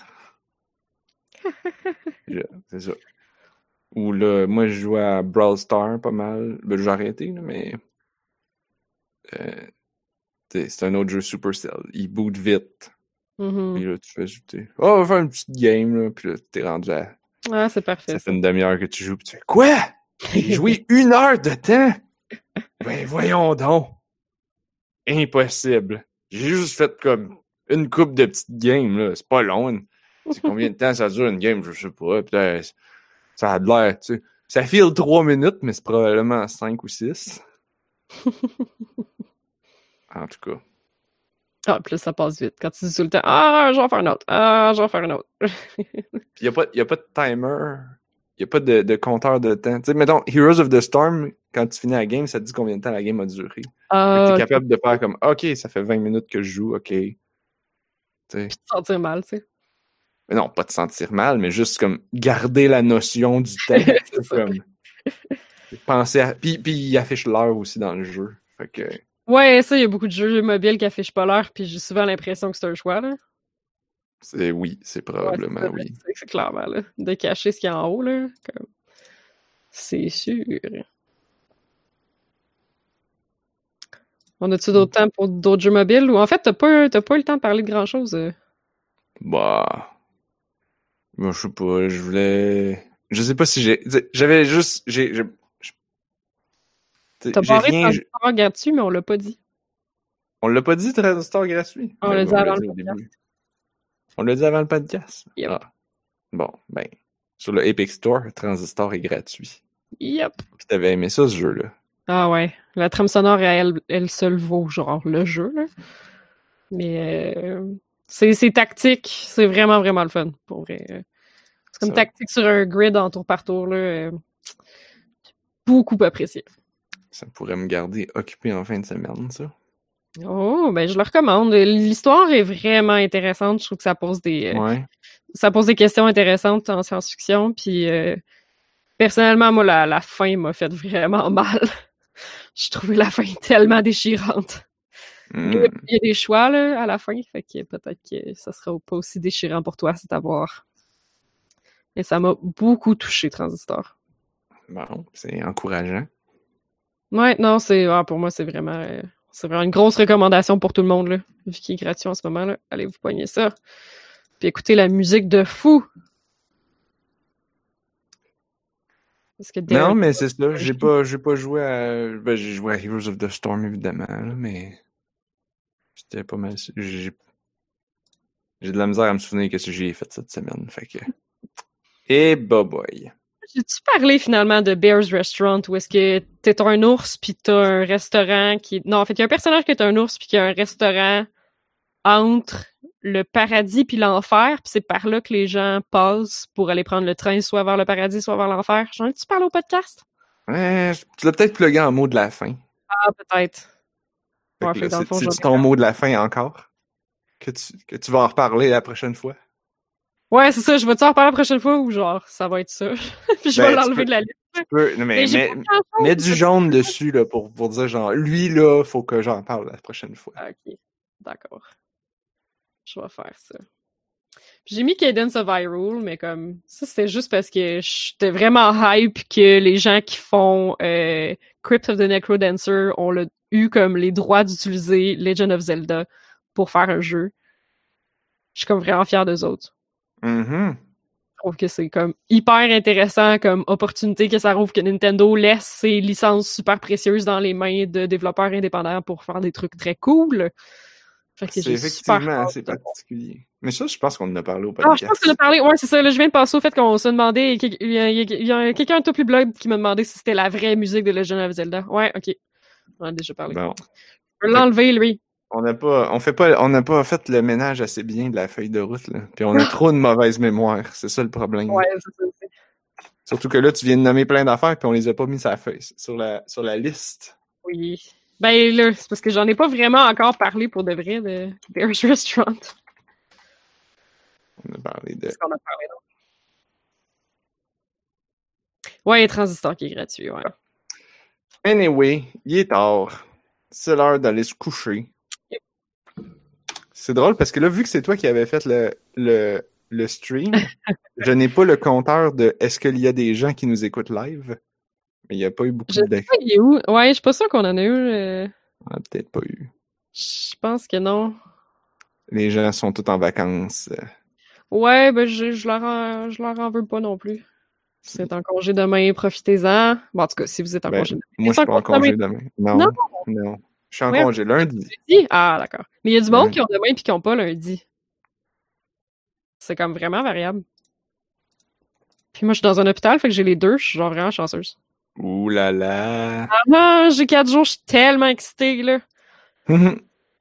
C'est ça. Ou là, moi, je jouais à Brawl Stars pas mal. Ben, j'ai arrêté, là, mais... Euh, c'est un autre jeu Supercell. Il boot vite. Mm-hmm. Puis là, tu fais... T'sais, oh, on va faire une petite game, là. Puis là, t'es rendu à... Ah, c'est parfait. Ça fait une demi-heure que tu joues, puis tu fais, quoi? J'ai joué une heure de temps? Ben, voyons donc. Impossible. J'ai juste fait comme une coupe de petites games, là. C'est pas long. C'est combien de temps ça dure une game? Je sais pas. Peut-être, ça a de l'air, tu sais. Ça file trois minutes, mais c'est probablement cinq ou six. En tout cas. Ah, puis là, ça passe vite. Quand tu dis tout le temps, ah, j'en fais un autre, ah, j'en fais un autre. Puis il n'y a, pas- y a pas de timer, il n'y a pas de, de compteur de temps. Tu sais, mettons, Heroes of the Storm, quand tu finis la game, ça te dit combien de temps la game a duré. Ah, tu es ok. capable de faire comme, OK, ça fait vingt minutes que je joue, OK. Tu sais. Puis te sentir mal, tu sais. Mais non, pas te sentir mal, mais juste comme garder la notion du temps. C'est comme penser à. Puis, puis il affiche l'heure aussi dans le jeu. Fait que. Ouais, ça, il y a beaucoup de jeux mobiles qui affichent pas l'heure, puis j'ai souvent l'impression que c'est un choix, là. C'est, oui, c'est probablement Ouais, c'est, oui. c'est, c'est clairement, là. De cacher ce qu'il y a en haut, là. Comme... C'est sûr. On a-tu d'autres temps pour d'autres jeux mobiles? Ou en fait, t'as pas, t'as pas eu le temps de parler de grand-chose? euh? Bah. Moi, je sais pas, je voulais. Je sais pas si j'ai. J'avais juste. J'ai. j'ai... T'as j'ai parlé rien. de Transistor gratuit, mais on l'a pas dit. On l'a pas dit, Transistor gratuit? On Ben, l'a dit on avant l'a dit le au podcast. début. On l'a dit avant le podcast? Yep. Ah. Bon, ben. Sur le Epic Store, Transistor est gratuit. Yep. Puis t'avais aimé ça, ce jeu-là. Ah ouais. La trame sonore, elle, elle seule vaut, genre, le jeu, là. Mais euh, c'est, c'est tactique. C'est vraiment, vraiment le fun, pour vrai. C'est comme Ça. tactique sur un grid en tour par tour, là. euh, Beaucoup apprécié. Ça pourrait me garder occupé en fin de semaine, ça. Oh, ben je le recommande. L'histoire est vraiment intéressante. Je trouve que ça pose des, euh, Ouais. ça pose des questions intéressantes en science-fiction. Puis euh, personnellement, moi, la, la fin m'a fait vraiment mal. Je trouvais la fin tellement déchirante. Mm. Il y a- il y a des choix là, à la fin, fait que peut-être que ça sera pas aussi déchirant pour toi, c'est à voir. Et ça m'a beaucoup touché, Transistor. Bon, c'est encourageant. Ouais, non, c'est ah, pour moi, c'est vraiment, euh, c'est vraiment une grosse recommandation pour tout le monde, là. Vu qu'il est gratuit en ce moment, là. Allez vous poigner ça. Puis écoutez la musique de fou. Parce que Non, Derek- mais c'est ça. J'ai pas, j'ai pas joué à. Ben, j'ai joué à Heroes of the Storm, évidemment, là, mais. C'était pas mal. J'ai... j'ai de la misère à me souvenir que ce que j'ai fait cette semaine. Fait que. Et bah boy. J'ai-tu parlé finalement de Bear's Restaurant où est-ce que t'es un ours puis t'as un restaurant qui... Non, en fait, il y a un personnage qui est un ours puis qui a un restaurant entre le paradis puis l'enfer, puis c'est par là que les gens passent pour aller prendre le train soit vers le paradis, soit vers l'enfer. J'en ai-tu parlé au podcast? Ouais, tu l'as peut-être plugué en mot de la fin. Ah, peut-être. Fait Ouais, que fait là, que dans le c'est, fond, c'est j'en ai ton mot de la fin encore? Que tu, que tu vas en reparler la prochaine fois? Ouais, c'est ça. Je vais-tu en reparler la prochaine fois ou genre, ça va être ça? Puis je Ben, vais tu l'enlever peux- de la liste. Tu peux, non, mais, Mais j'ai mais, pas grand-chose, mets du c'est jaune dessus, là, pour, pour dire genre, lui, là, faut que j'en parle la prochaine fois. Ah, ok, d'accord. Je vais faire ça. Puis j'ai mis Cadence of Hyrule, mais comme ça, c'était juste parce que j'étais vraiment hype que les gens qui font euh, Crypt of the Necrodancer ont le, eu comme les droits d'utiliser Legend of Zelda pour faire un jeu. Je suis comme vraiment fière d'eux autres. Mm-hmm. Je trouve que c'est comme hyper intéressant comme opportunité que ça rouvre que Nintendo laisse ses licences super précieuses dans les mains de développeurs indépendants pour faire des trucs très cool. Fait que C'est j'ai effectivement super hâte assez de voir. particulier. Mais ça, je pense qu'on en a parlé au Ah, je podcast. pense qu'on a parlé. Ouais, c'est ça. Là, je viens de passer au fait qu'on se demandait. Il y a, il y a- il y a quelqu'un un top plus blog qui m'a demandé si c'était la vraie musique de Legend of Zelda. Ouais, ok. On en a déjà parlé. Bon. Je vais l'enlever, lui. On n'a pas, on fait pas, on n'a pas fait le ménage assez bien de la feuille de route, là. Puis on a trop de mauvaise mémoire. C'est ça le problème. Ouais, c'est ça. c'est- Surtout que là, tu viens de nommer plein d'affaires, puis on les a pas mis sur la feuille, sur la, sur la liste. Oui. Ben là, c'est parce que j'en ai pas vraiment encore parlé pour de vrai de Bear's Restaurant. On a parlé de. Qu'est-ce qu'on a parlé d'autre? Ouais, Transistor qui est gratuit, ouais. Anyway, il est tard. C'est l'heure d'aller se coucher. C'est drôle parce que là, vu que c'est toi qui avais fait le, le, le stream, je n'ai pas le compteur de est-ce qu'il y a des gens qui nous écoutent live. Mais il n'y a pas eu beaucoup Je sais de. pas, il est où? Ouais, je suis pas sûre qu'on en a eu. euh, On a peut-être pas eu. Je pense que non. Les gens sont tous en vacances. Ouais, ben je, je leur en, je leur en veux pas non plus. Si vous êtes en congé demain, profitez-en. Bon, en tout cas, si vous êtes en Ben, congé moi, je suis pas en demain. congé demain. Non, Non. non. Je suis en Ouais. congé lundi. Lundi? Ah, d'accord. Mais il y a du monde Ouais. qui ont demain et qui n'ont pas lundi. C'est comme vraiment variable. Puis moi, je suis dans un hôpital, fait que j'ai les deux. Je suis genre vraiment chanceuse. Ouh là là. Ah non, j'ai quatre jours, je suis tellement excitée, là.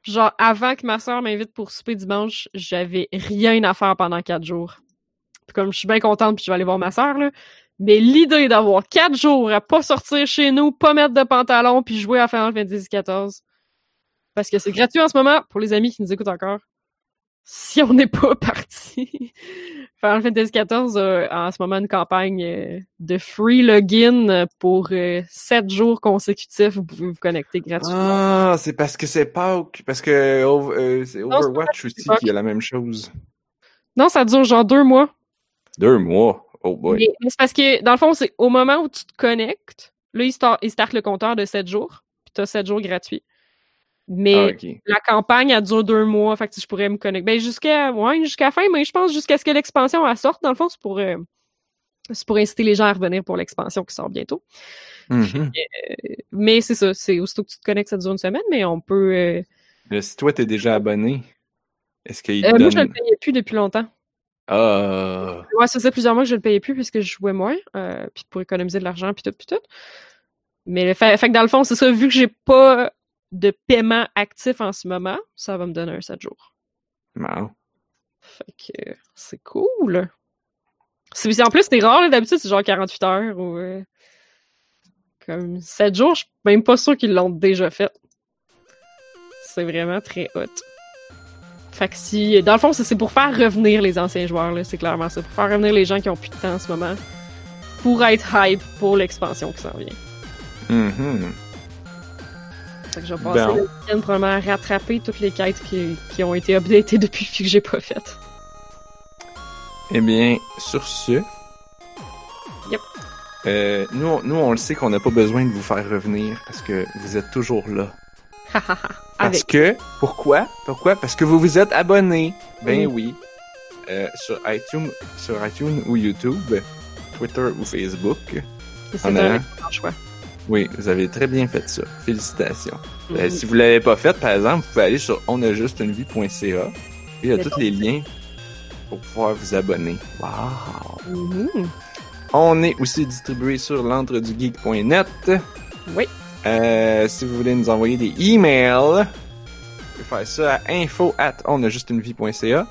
Genre, avant que ma soeur m'invite pour souper dimanche, j'avais rien à faire pendant quatre jours. Puis comme je suis bien contente puis je vais aller voir ma soeur, là. Mais l'idée d'avoir quatre jours à pas sortir chez nous, pas mettre de pantalon puis jouer à Final Fantasy quatorze. Parce que c'est gratuit en ce moment, pour les amis qui nous écoutent encore. Si on n'est pas parti. Final Fantasy quatorze a en ce moment une campagne euh, de free login pour euh, sept jours consécutifs. Vous pouvez vous connecter gratuitement. Ah, c'est parce que c'est Pâques. Parce que euh, c'est Non, c'est Overwatch aussi Pâques. qui a la même chose. Non, ça dure genre deux mois. Deux mois. Oh boy. Mais, mais c'est parce que, dans le fond, c'est au moment où tu te connectes, là, il start, il start le compteur de sept jours, puis t'as sept jours gratuits. Mais Ah, ok. la campagne, elle dure deux mois, fait que je pourrais me connecter. Ben, jusqu'à, ouais, jusqu'à la fin, mais je pense jusqu'à ce que l'expansion elle sorte, dans le fond, c'est pour, euh, c'est pour inciter les gens à revenir pour l'expansion qui sort bientôt. Mhm. Euh, mais c'est ça, c'est aussitôt que tu te connectes, ça dure une semaine, mais on peut... Euh... Mais si toi, t'es déjà abonné, est-ce qu'il te Euh, donne... moi, je le payais plus depuis longtemps. Ah... Ouais, ça faisait plusieurs mois que je le payais plus puisque je jouais moins, euh, puis pour économiser de l'argent, puis tout, puis tout. Mais le fait, fait que dans le fond, c'est ça, vu que j'ai pas de paiement actif en ce moment, ça va me donner un sept jours. Wow. Fait que euh, c'est cool. C'est, en plus, c'est rare, là, d'habitude, c'est genre quarante-huit heures ou... Euh, comme sept jours, je suis même pas sûre qu'ils l'ont déjà fait. C'est vraiment très hot. Fait que si... Dans le fond, c'est, c'est pour faire revenir les anciens joueurs, là, c'est clairement ça. Pour faire revenir les gens qui ont plus de temps en ce moment. Pour être hype pour l'expansion qui s'en vient. Mm-hmm. Fait que je vais passer Bon. le week-end probablement à rattraper toutes les quêtes qui, qui ont été updatées depuis que j'ai pas faites. Eh bien, sur ce... Yep. Euh, nous, on- nous, on le sait qu'on n'a pas besoin de vous faire revenir parce que vous êtes toujours là. Parce Avec. que, pourquoi? Pourquoi? Parce que vous vous êtes abonnés. Ben Oui. oui. Euh, sur iTunes, sur iTunes ou YouTube, Twitter ou Facebook. Et c'est en un allant. excellent choix. Oui, vous avez très bien fait ça. Félicitations. Euh, Mhm. si vous l'avez pas fait, par exemple, vous pouvez aller sur onajustunevie.ca et il y a Mais tous bon. les liens pour pouvoir vous abonner. Wow! Mhm. On est aussi distribué sur l'entredugeek point net. Oui. Euh, si vous voulez nous envoyer des emails, vous pouvez faire ça à info at onajustunevie.ca.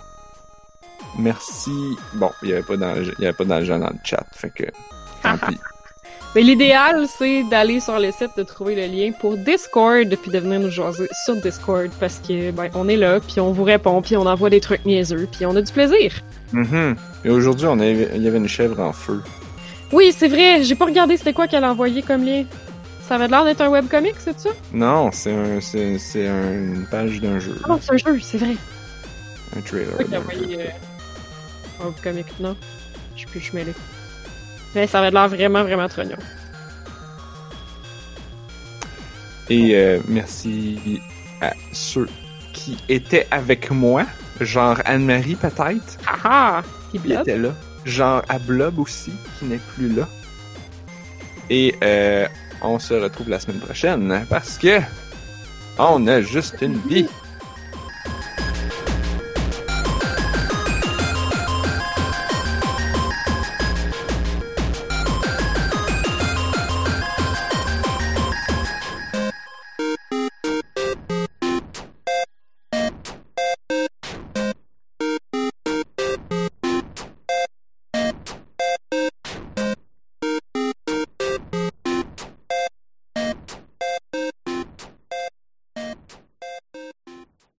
Merci. Bon, il y avait pas d'argent, il y avait pas d'argent dans le chat, fait que tant pis. Mais l'idéal, c'est d'aller sur le site, de trouver le lien pour Discord, puis de venir nous jaser sur Discord, parce que, ben, on est là, puis on vous répond, puis on envoie des trucs niaiseux, puis on a du plaisir. Mhm. Et aujourd'hui, on avait, il y avait une chèvre en feu. Oui, c'est vrai, j'ai pas regardé c'était quoi qu'elle a envoyé comme lien. Ça avait l'air d'être un webcomic, c'est ça? Non, c'est un, c'est, c'est un- une page d'un jeu. Ah non, c'est un jeu, c'est vrai. Un trailer. C'est qui a d'un jeu. envoyé euh, un webcomic, non? Je sais plus, je suis mêlée. Mais ça avait l'air vraiment, vraiment trognon. Et euh, merci à ceux qui étaient avec moi, genre Anne-Marie peut-être, Haha! Qui qui bloque. était là, genre à Blob aussi, qui n'est plus là. Et euh, on se retrouve la semaine prochaine parce que on a juste une vie.